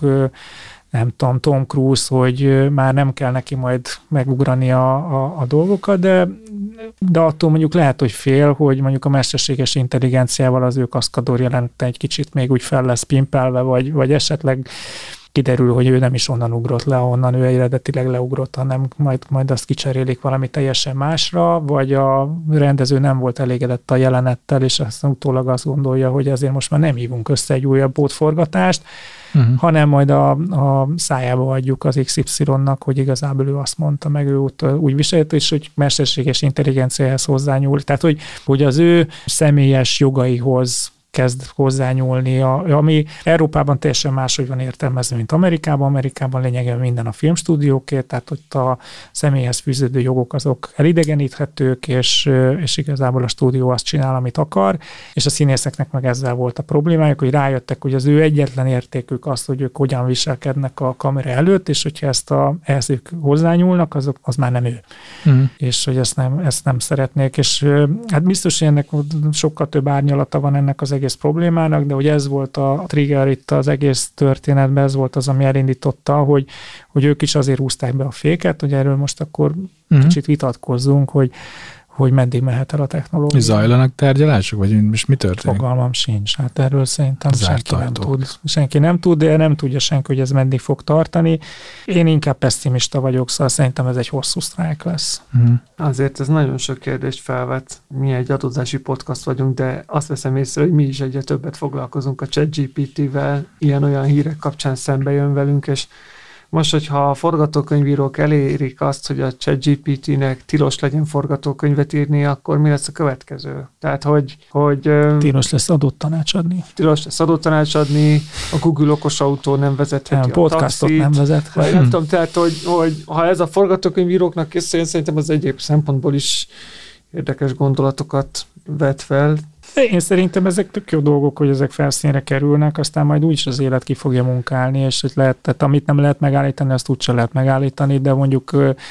nem tudom, Tom Cruise, hogy már nem kell neki majd megugrani a, a, a dolgokat, de, de attól mondjuk lehet, hogy fél, hogy mondjuk a mesterséges intelligenciával az ő kaszkadőr jelente egy kicsit még úgy fel lesz pimpelve, vagy, vagy esetleg kiderül, hogy ő nem is onnan ugrott le, onnan ő eredetileg leugrott, hanem majd, majd azt kicserélik valami teljesen másra, vagy a rendező nem volt elégedett a jelenettel, és aztán utólag azt gondolja, hogy ezért most már nem hívunk össze egy újabb pótforgatást, uh-huh. hanem majd a, a szájába adjuk az iksz ipszilonnak, hogy igazából ő azt mondta, meg ő ott úgy viselt, és hogy mesterséges intelligenciához hozzányúl. Tehát, hogy, hogy az ő személyes jogaihoz kezd hozzányúlni, ami Európában teljesen máshogy van értelmezve, mint Amerikában. Amerikában lényegében minden a filmstúdiókért, tehát ott a személyhez fűződő jogok azok elidegeníthetők, és, és igazából a stúdió azt csinál, amit akar, és a színészeknek meg ezzel volt a problémájuk, hogy rájöttek, hogy az ő egyetlen értékük az, hogy ők hogyan viselkednek a kamera előtt, és hogyha ezt a, ehhez ők hozzányúlnak, az, az már nem ő. Mm. És hogy ezt nem, ezt nem szeretnék, és hát biztos, hogy ennek sokkal több árnyalata van ennek az egész problémának, de hogy ez volt a trigger itt az egész történetben, ez volt az, ami elindította, hogy, hogy ők is azért húzták be a féket, hogy erről most akkor uh-huh. kicsit vitatkozzunk, hogy hogy meddig mehet el a technológia. Zajlanak tárgyalások, vagy most mi történik? Fogalmam sincs. Hát erről szerintem Zárt senki ajtók. nem tud. Senki nem tud, de nem tudja senki, hogy ez meddig fog tartani. Én inkább pessimista vagyok, szóval szerintem ez egy hosszú sztrájk lesz. Hmm. Azért ez nagyon sok kérdést felvet. Mi egy adózási podcast vagyunk, de azt veszem észre, hogy mi is egyre többet foglalkozunk a ChatGPT-vel, ilyen-olyan hírek kapcsán szembe jön velünk, és most, hogyha a forgatókönyvírók elérik azt, hogy a ChatGPT-nek tilos legyen forgatókönyvet írni, akkor mi lesz a következő? Tehát, hogy... hogy tilos lesz adott tanácsadni. Tilos lesz adott tanácsadni, a Google okos autó nem vezetheti nem, a podcastot taxit. nem vezet. Nem hmm. tudom, tehát, hogy, hogy ha ez a forgatókönyvíróknak készül, szerintem az egyéb szempontból is érdekes gondolatokat vet fel. Én szerintem ezek tök jó dolgok, hogy ezek felszínre kerülnek, aztán majd úgyis az élet ki fogja munkálni, és hogy lehet, tehát amit nem lehet megállítani, azt úgyse lehet megállítani, de mondjuk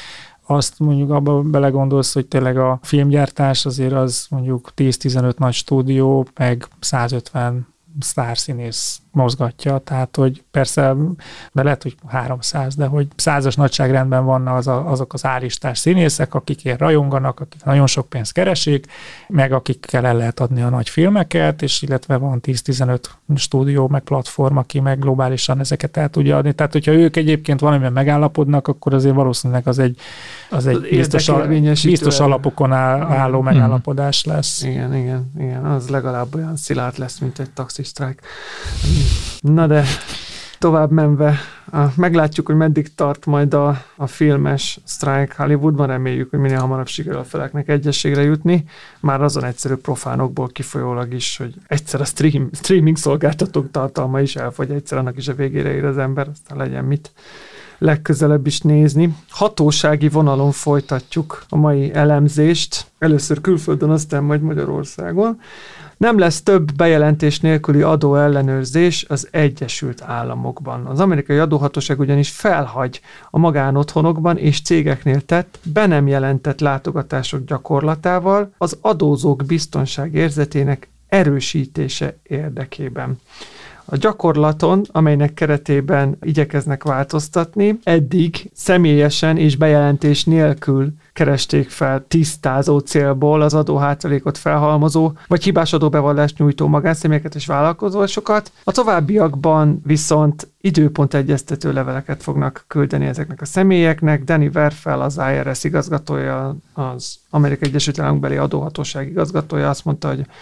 azt mondjuk abba belegondolsz, hogy tényleg a filmgyártás azért az mondjuk tíz-tizenöt nagy stúdió, meg százötven sztárszínész mozgatja, tehát hogy persze be lehet, hogy háromszáz, de hogy százas nagyságrendben vannak az a, azok az állistás színészek, akikért rajonganak, akik nagyon sok pénzt keresik, meg akikkel el lehet adni a nagy filmeket, és illetve van tíz-tizenöt stúdió, meg platform, aki meg globálisan ezeket el tudja adni. Tehát, hogyha ők egyébként valamiben megállapodnak, akkor azért valószínűleg az egy, az egy biztos, a, biztos alapokon áll, álló hmm. megállapodás lesz. Igen, igen, igen, az legalább olyan szilárd lesz, mint egy taxisztrájk. Na de tovább menve, meglátjuk, hogy meddig tart majd a, a filmes sztrájk Hollywoodban, reméljük, hogy minél hamarabb sikerül a feleknek egyességre jutni, már azon egyszerű profánokból kifolyólag is, hogy egyszer a stream, streaming szolgáltatók tartalma is elfogy, egyszer annak is a végére ér az ember, aztán legyen mit legközelebb is nézni. Hatósági vonalon folytatjuk a mai elemzést, először külföldön, aztán majd Magyarországon. Nem lesz több bejelentés nélküli adóellenőrzés az Egyesült Államokban. Az amerikai adóhatóság ugyanis felhagy a magánotthonokban és cégeknél tett, be nem jelentett látogatások gyakorlatával az adózók biztonságérzetének erősítése érdekében. A gyakorlaton, amelynek keretében igyekeznek változtatni, eddig személyesen és bejelentés nélkül keresték fel tisztázó célból az adóhátralékot felhalmozó, vagy hibás adóbevallást nyújtó magánszemélyeket és vállalkozósokat. A továbbiakban viszont időpontegyeztető leveleket fognak küldeni ezeknek a személyeknek. Danny Werfel, az i er es igazgatója, az Amerikai Egyesült Államokbeli Adóhatóság igazgatója azt mondta, hogy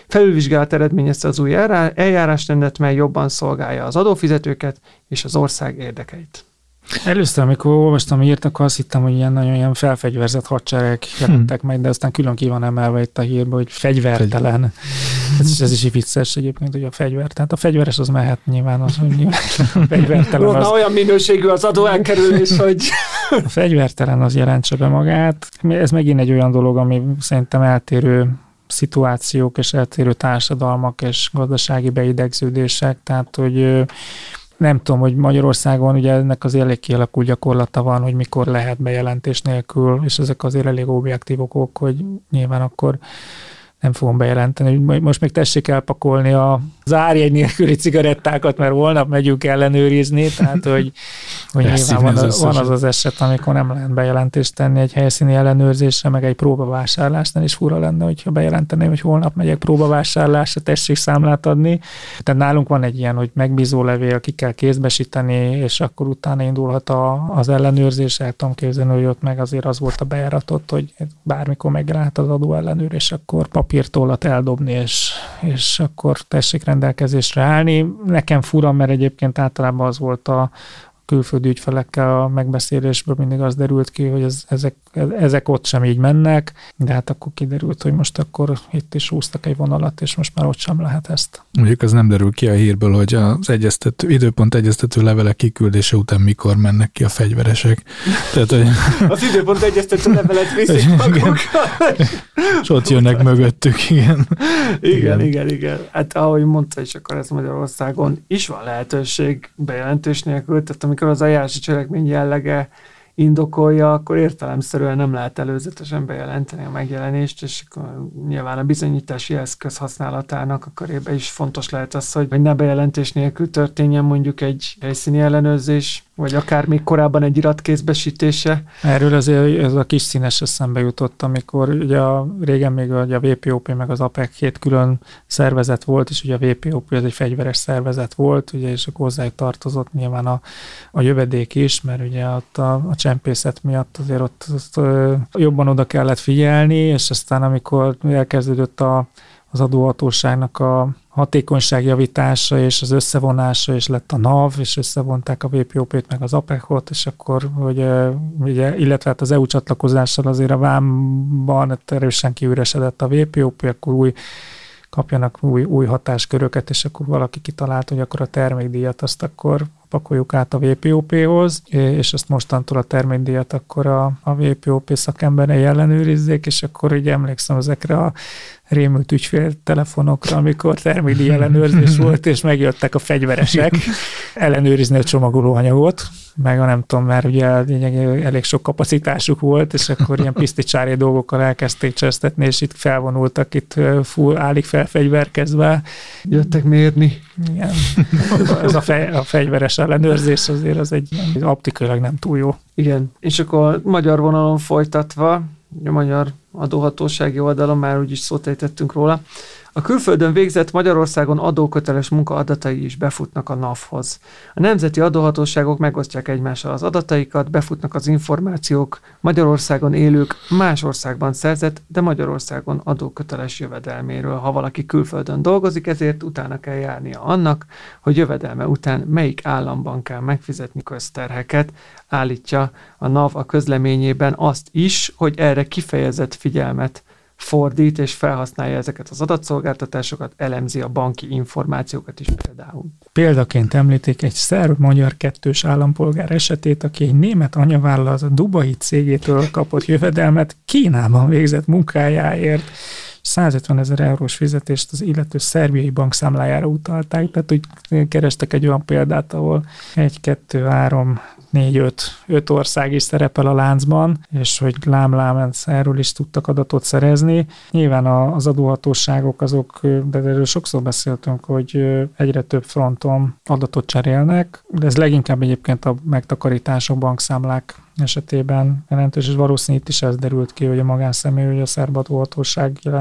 Felülvizsgálat eredményezte az új eljárásrendet, mely jobban szolgálja az adófizetőket és az ország érdekeit. Először, amikor olvastam, írt, akkor azt hittem, hogy ilyen nagyon ilyen felfegyverzett hadsereg jelentek meg, de aztán külön ki van emelve itt a hírba, hogy fegyvertelen. Ez is, ez is vicces egyébként, hogy a fegyver. Tehát a fegyveres az mehet nyilván, az, hogy nyilván a fegyvertelen az... Na, olyan minőségű az adó elkerülés, hogy... A fegyvertelen az jelentse be magát. Ez megint egy olyan dolog, ami szerintem eltérő szituációk és eltérő társadalmak és gazdasági beidegződések, tehát hogy nem tudom, hogy Magyarországon ugye ennek az elég kialakult gyakorlata van, hogy mikor lehet bejelentés nélkül, és ezek azért elég objektív okok, hogy nyilván akkor nem fogom bejelenteni. Most még tessék elpakolni a zárjegy nélküli cigarettákat, mert holnap megyünk ellenőrizni, tehát hogy, hogy nyilván van az, van az az eset, amikor nem lehet bejelentést tenni egy helyszíni ellenőrzésre, meg egy próbavásárlásnál is fura lenne, hogyha bejelenteném, hogy holnap megyek próbavásárlásra, tessék számlát adni. Tehát nálunk van egy ilyen, hogy megbízó levél, ki kell kézbesíteni, és akkor utána indulhat a, az ellenőrzés. El tudom képzelni, hogy ott meg azért az volt a bejáratot, hogy bármikor megjelent az adó ellenőr, akkor papírtollat eldobni, és, és akkor tessék rendelkezésre állni. Nekem fura, mert egyébként általában az volt a külföldi ügyfelekkel a megbeszélésből mindig az derült ki, hogy ez, ezek, ezek ott sem így mennek, de hát akkor kiderült, hogy most akkor itt is húztak egy vonalat, és most már ott sem lehet ezt. Mondjuk az nem derül ki a hírből, hogy az egyeztető, időpont egyeztető levelek kiküldése után mikor mennek ki a fegyveresek. Tehát, hogy... Az időpont egyeztető levelet viszik magukkal. És ott jönnek mögöttük, igen. Igen, igen, igen, igen. Hát ahogy mondta is, akkor ez Magyarországon is van lehetőség bejelentés nélkül, tehát amikor az eljárási cselekmény jellege indokolja, akkor értelemszerűen nem lehet előzetesen bejelenteni a megjelenést, és nyilván a bizonyítási eszköz használatának a körében is fontos lehet az, hogy ne bejelentés nélkül történjen mondjuk egy helyszíni ellenőrzés, vagy akár még korábban egy iratkézbesítése. Erről azért ez a kis színes eszembe jutott, amikor ugye a, régen még ugye a vé pé o pé meg az á pé e cé két külön szervezet volt, és ugye a vé pé o pé az egy fegyveres szervezet volt, ugye, és akkor hozzájuk tartozott nyilván a, a jövedék is, mert ugye ott a, a csempészet miatt azért ott, ott jobban oda kellett figyelni, és aztán amikor elkezdődött a, az adóhatóságnak a hatékonyságjavítása és az összevonása, és lett a NAV, és összevonták a vé pé o pét meg az á pé e cé-ot, és akkor, hogy, ugye, illetve hát az é u csatlakozással azért a vámban erősen kiüresedett a vé pé o pé, akkor új kapjanak új, új hatásköröket, és akkor valaki kitalált, hogy akkor a termékdíjat azt akkor pakoljuk át a vé pé o péhoz, és azt mostantól a termékdíjat akkor a, a vé pé o pé szakemberei ellenőrizzék, és akkor így emlékszem ezekre a rémült ügyféltelefonokra, amikor termékdíj ellenőrzés volt, és megjöttek a fegyveresek ellenőrizni a csomagolóanyagot, meg a nem tudom, mert ugye elég sok kapacitásuk volt, és akkor ilyen piszticsári dolgokkal elkezdték csesztetni, és itt felvonultak, itt full, állig felfegyverkezve. Jöttek mérni. Igen. Ez a, fej, a fegyveres ellenőrzés azért az egy optikailag nem túl jó. Igen, és akkor magyar vonalon folytatva, a magyar adóhatósági oldalon már úgyis szót ejtettünk róla. A külföldön végzett Magyarországon adóköteles munka adatai is befutnak a NAV-hoz. A nemzeti adóhatóságok megosztják egymással az adataikat, befutnak az információk Magyarországon élők más országban szerzett, de Magyarországon adóköteles jövedelméről. Ha valaki külföldön dolgozik, ezért utána kell járnia annak, hogy jövedelme után melyik államban kell megfizetni közterheket, állítja a NAV a közleményében azt is, hogy erre kifejezett figyelmet fordít és felhasználja ezeket az adatszolgáltatásokat, elemzi a banki információkat is például. Példaként említik egy szerb-magyar kettős állampolgár esetét, aki egy német anyavállalat a dubai cégétől kapott jövedelmet Kínában végzett munkájáért. százötven ezer eurós fizetést az illető szerbiai bankszámlájára utalták, tehát úgy kerestek egy olyan példát, ahol egy, kettő, három, négy, öt, öt ország is szerepel a láncban, és hogy lám-lám erről is tudtak adatot szerezni. Nyilván az adóhatóságok azok, de erről sokszor beszéltünk, hogy egyre több fronton adatot cserélnek, de ez leginkább egyébként a megtakarítások, bankszámlák esetében jelentős, és valószínűleg itt is ez derült ki, hogy a magánszemély, hogy a szerb adóhatóság jelent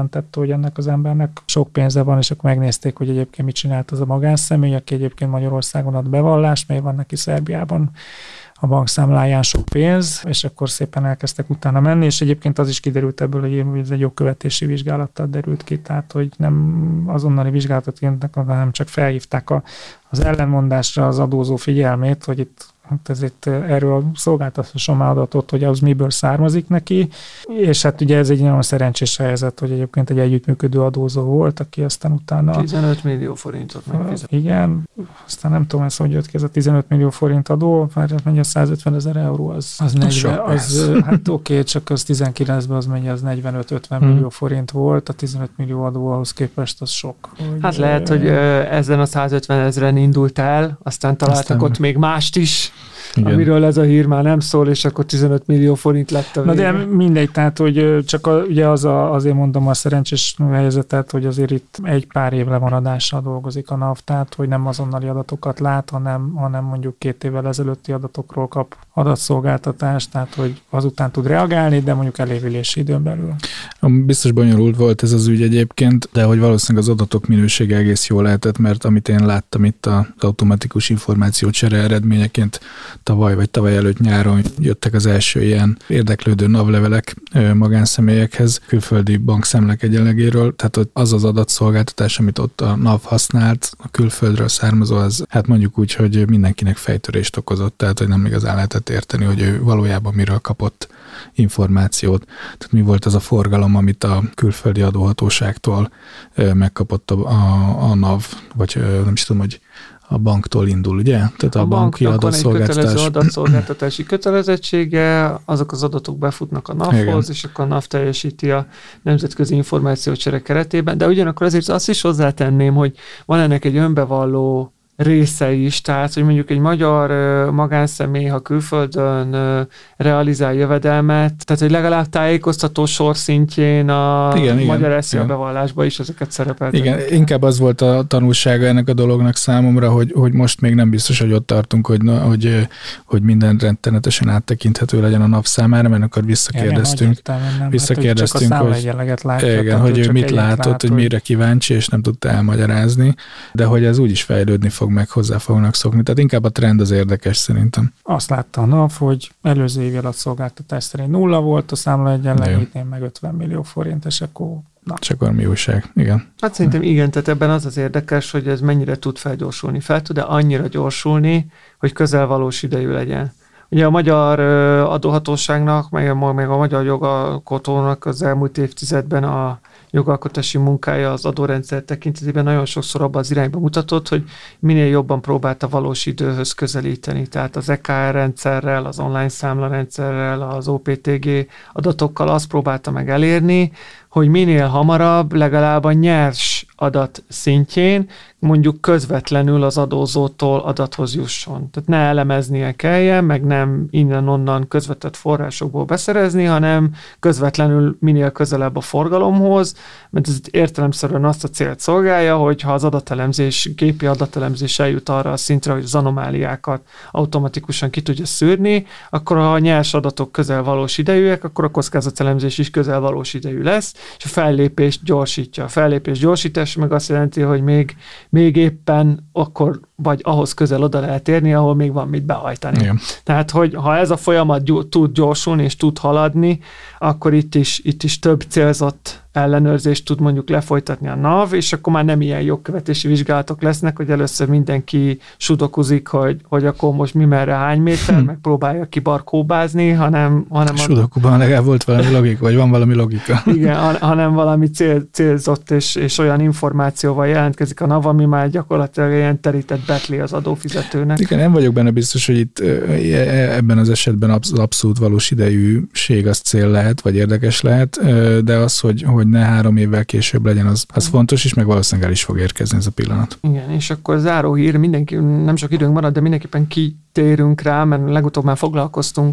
bejelentette, hogy ennek az embernek sok pénze van, és akkor megnézték, hogy egyébként mit csinált az a magánszemély, aki egyébként Magyarországon ad bevallást, mely van neki Szerbiában a bankszámláján sok pénz, és akkor szépen elkezdtek utána menni, és egyébként az is kiderült ebből, hogy ez egy jogkövetési vizsgálattal derült ki, tehát hogy nem azonnali vizsgálatot kértek, hanem csak felhívták a, az ellenmondásra az adózó figyelmét, hogy itt hát ezért erről szolgáltatásom már adatot, hogy az miből származik neki, és hát ugye ez egy nagyon szerencsés helyzet, hogy egyébként egy együttműködő adózó volt, aki aztán utána... tizenöt millió forintot megfizet. Igen, aztán nem tudom, ez hogy jött ki ez a tizenöt millió forint adó, mert mennyi a százötven ezer euró, az, az negyven, az, hát oké, okay, csak az tizenkilencben az mennyi, az negyvenöt-ötven hmm. millió forint volt, a tizenöt millió adó ahhoz képest az sok. Hogy hát lehet, hogy ezen a százötven ezeren indult el, aztán találtak aztán... ott még mást is, igen. Amiről ez a hír már nem szól, és akkor tizenöt millió forint lett a vége. Na de mindegy, tehát hogy csak a, ugye az a, azért mondom a szerencsés helyzetet, hogy azért itt egy pár év lemaradással dolgozik a NAV, tehát hogy nem azonnali adatokat lát, hanem, hanem mondjuk két évvel ezelőtti adatokról kap adatszolgáltatást, tehát hogy azután tud reagálni, de mondjuk elévülési időn belül. Biztos bonyolult volt ez az ügy egyébként, de hogy valószínűleg az adatok minősége egész jó lehetett, mert amit én láttam itt az automatikus információcsere eredményeként, tavaly vagy tavaly előtt nyáron jöttek az első ilyen érdeklődő NAV levelek magánszemélyekhez, külföldi bankszámlák egyenlegéről, tehát az az adatszolgáltatás, amit ott a NAV használt, a külföldről származó, az hát mondjuk úgy, hogy mindenkinek fejtörést okozott, tehát hogy nem igazán lehetett érteni, hogy ő valójában miről kapott információt. Tehát mi volt az a forgalom, amit a külföldi adóhatóságtól megkapott a, a, a NAV, vagy nem is tudom, hogy a banktól indul, ugye? Tehát a, a banki adatszolgáltatás. Van egy kötelező adatszolgáltatási kötelezettsége, azok az adatok befutnak a NAV-hoz, és akkor a NAV teljesíti a nemzetközi információcsere keretében, de ugyanakkor azért azt is hozzátenném, hogy van ennek egy önbevalló része is, tehát, hogy mondjuk egy magyar uh, magánszemély, ha külföldön uh, realizál jövedelmet, tehát, hogy legalább tájékoztató sor szintjén a igen, magyar es zé á bevallásban is ezeket szerepeltek. Igen, inkább az volt a tanulsága ennek a dolognak számomra, hogy, hogy most még nem biztos, hogy ott tartunk, hogy, na, hogy, hogy minden rendtenetesen áttekinthető legyen a NAV számára, mert akkor visszakérdeztünk, igen, visszakérdeztünk, hát, hogy, látja, igen, hogy ő mit látott, lát, hogy mire kíváncsi, és nem tudta elmagyarázni, de hogy ez úgyis fejlődni fog, meg hozzá fognak szokni. Tehát inkább a trend az érdekes szerintem. Azt látta a NAV, hogy előző évi adatszolgáltatás szerint nulla volt a számla egyenlegítén, meg ötven millió forint, és akkor na. Csak valami újság, igen. Hát szerintem igen, tehát ebben az az érdekes, hogy ez mennyire tud felgyorsulni. Fel tud-e annyira gyorsulni, hogy közel valós idejű legyen. Ugye a magyar adóhatóságnak, meg a, meg a magyar jogalkotónak az elmúlt évtizedben a jogalkotási munkája az adórendszer tekintetében nagyon sokszor abban az irányba mutatott, hogy minél jobban próbálta valós időhöz közelíteni. Tehát az e ká er rendszerrel, az online számlarendszerrel, az o pé té gé adatokkal azt próbálta meg elérni, hogy minél hamarabb legalább a nyers adat szintjén mondjuk közvetlenül az adózótól adathoz jusson. Tehát ne elemeznie kelljen, meg nem innen-onnan közvetett forrásokból beszerezni, hanem közvetlenül minél közelebb a forgalomhoz, mert ez értelemszerűen azt a célt szolgálja, hogy ha az adatelemzés, gépi adatelemzés eljut arra a szintre, hogy az anomáliákat automatikusan ki tudja szűrni, akkor ha a nyers adatok közel valós idejűek, akkor a kockázatelemzés is közel valós idejű lesz, és a fellépést gyorsítja. A fellépés gyorsítás meg azt jelenti, hogy még, még éppen akkor vagy ahhoz közel oda lehet érni, ahol még van mit behajtani. Igen. Tehát, hogy ha ez a folyamat gy- tud gyorsulni és tud haladni, akkor itt is, itt is több célzott ellenőrzést tud mondjuk lefolytatni a NAV, és akkor már nem ilyen jogkövetési vizsgálatok lesznek, hogy először mindenki sudokuzik, hogy, hogy akkor most mi merre hány méter, hm. meg próbálja kibarkóbázni, hanem... hanem Sudokuban legalább volt valami logika, vagy van valami logika. Igen, hanem valami cél, célzott és, és olyan információval jelentkezik a NAV, ami már gyakorlatilag ilyen terített betli az adófizetőnek. Igen, nem vagyok benne biztos, hogy itt ebben az esetben az abszolút valós idejűség az cél lehet, vagy érdekes lehet, de az, hogy, hogy ne három évvel később legyen, az, az fontos is, meg valószínűleg el is fog érkezni ez a pillanat. Igen, és akkor záró hír, mindenki, nem sok időnk marad, de mindenképpen kitérünk rá, mert legutóbb már foglalkoztunk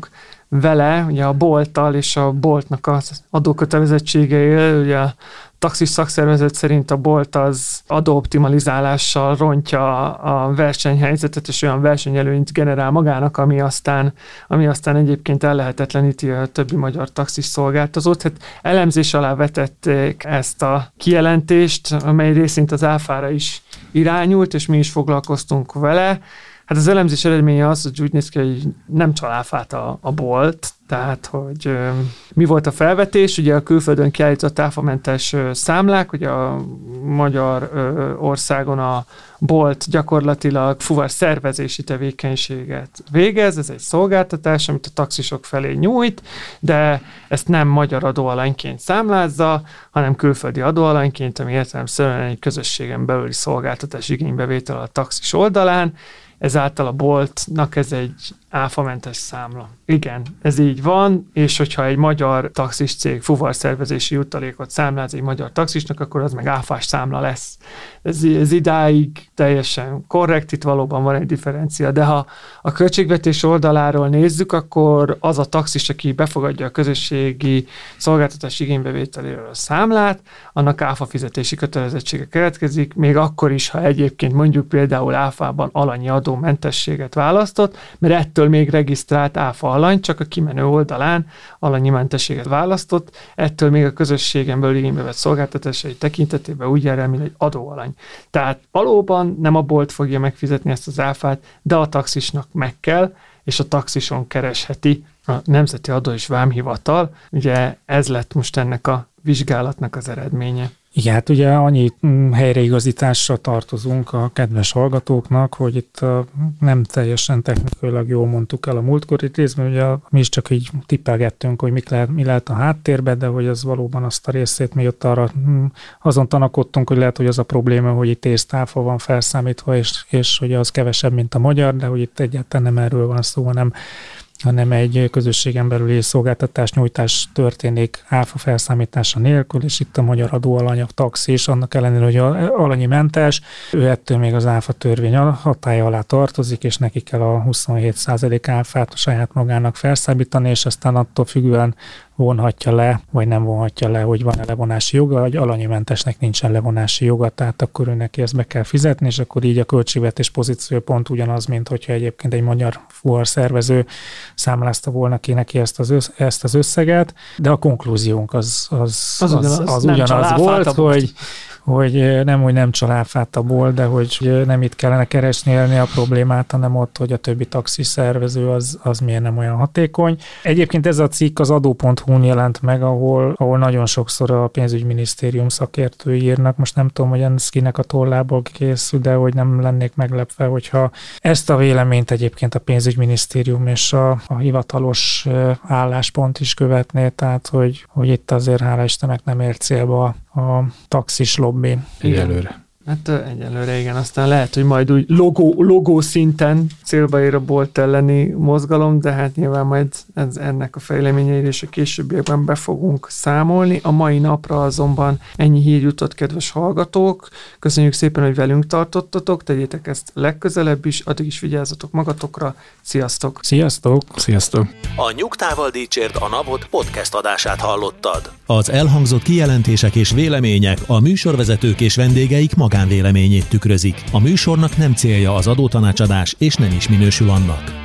vele, ugye a bolttal és a boltnak az adókötelezettségeivel, ugye a taxis szakszervezet szerint a bolt az adóoptimalizálással rontja a versenyhelyzetet, és olyan versenyelőnyt generál magának, ami aztán, ami aztán egyébként ellehetetleníti a többi magyar taxis szolgáltatót. Hát elemzés alá vetették ezt a kijelentést, amely részint az áfára is irányult, és mi is foglalkoztunk vele. Hát az elemzés eredménye az, hogy úgy néz ki, hogy nem csal áfát a, a bolt, tehát, hogy ö, mi volt a felvetés, ugye a külföldön kiállított áfamentes ö, számlák, ugye a magyar ö, országon a bolt gyakorlatilag fuvar szervezési tevékenységet végez, ez egy szolgáltatás, amit a taxisok felé nyújt, de ezt nem magyar adóalanyként számlázza, hanem külföldi adóalanyként, ami értelemszerűen egy közösségen belüli szolgáltatás igénybevétel a taxis oldalán. Ezáltal a boltnak ez egy áfamentes számla. Igen, ez így van, és hogyha egy magyar taxis cég fuvarszervezési jutalékot számláz egy magyar taxisnak, akkor az meg áfás számla lesz. Ez, ez idáig teljesen korrekt, itt valóban van egy differencia, de ha a költségvetés oldaláról nézzük, akkor az a taxis, aki befogadja a közösségi szolgáltatás igénybevételéről a számlát, annak áfa fizetési kötelezettsége keletkezik, még akkor is, ha egyébként mondjuk például áfában alanyi adómentességet választott, mert ettől még regisztrált áfa alany, csak a kimenő oldalán alanyi mentességet választott, ettől még a közösségen belül igénybe vett szolgáltatásai tekintetében úgy jár el, mint egy adóalany. Tehát valóban nem a bolt fogja megfizetni ezt az áfát, de a taxisnak meg kell, és a taxison keresheti a Nemzeti Adó és Vámhivatal. Ugye ez lett most ennek a vizsgálatnak az eredménye. Igen, hát ugye annyi helyreigazításra tartozunk a kedves hallgatóknak, hogy itt nem teljesen technikailag jól mondtuk el a múltkori részben, ugye mi is csak így tippelgettünk, hogy mik lehet, mi lehet a háttérben, de hogy az valóban azt a részét mi ott arra azon tanakodtunk, hogy lehet, hogy az a probléma, hogy itt észtáfa van felszámítva, és, és hogy az kevesebb, mint a magyar, de hogy itt egyáltalán nem erről van szó, hanem hanem egy közösségen belüli szolgáltatás nyújtás történik áfa felszámítása nélkül, és itt a magyar adóalany, a taxis, annak ellenére, hogy alanyi mentes, ő ettől még az áfa törvény hatálya alá tartozik, és neki kell a huszonhét százalék áfát a saját magának felszámítani, és aztán attól függően vonhatja le, vagy nem vonhatja le, hogy van-e levonási joga, vagy alanyimentesnek nincsen levonási joga, tehát akkor ő neki ezt be kell fizetni, és akkor így a költségvetés pozíció pont ugyanaz, mint hogyha egyébként egy magyar fuvarszervező számlázta volna ki neki ezt az, össz, ezt az összeget, de a konklúziónk az, az, az, az, az, az ugyanaz volt, hogy, hogy nem, hogy nem csal áfát a bolt, de hogy nem itt kellene keresni a problémát, hanem ott, hogy a többi taxis szervező az, az miért nem olyan hatékony. Egyébként ez a cikk az adó pont hu-n jelent meg, ahol, ahol nagyon sokszor a pénzügyminisztérium szakértői írnak. Most nem tudom, hogy ez kinek a tollából készül, de hogy nem lennék meglepve, hogyha ezt a véleményt egyébként a pénzügyminisztérium és a, a hivatalos álláspont is követné, tehát hogy, hogy itt azért hála Istennek nem ér célba a taxis lobby. Egyelőre. Hát egyelőre igen, aztán lehet, hogy majd úgy logó, logó szinten célba ér a bolt elleni mozgalom, de hát nyilván majd ez, ennek a fejleményeire és a későbbiekben be fogunk számolni. A mai napra azonban ennyi hír jutott, kedves hallgatók. Köszönjük szépen, hogy velünk tartottatok, tegyétek ezt legközelebb is, addig is vigyázzatok magatokra. Sziasztok! Sziasztok! Sziasztok! A Nyugtával Dícsért a napot podcast adását hallottad. Az elhangzott kijelentések és vélemények a műsorvezetők és vendégeik magánvéleményét tükrözik. A műsornak nem célja az adótanácsadás, és nem is minősül annak.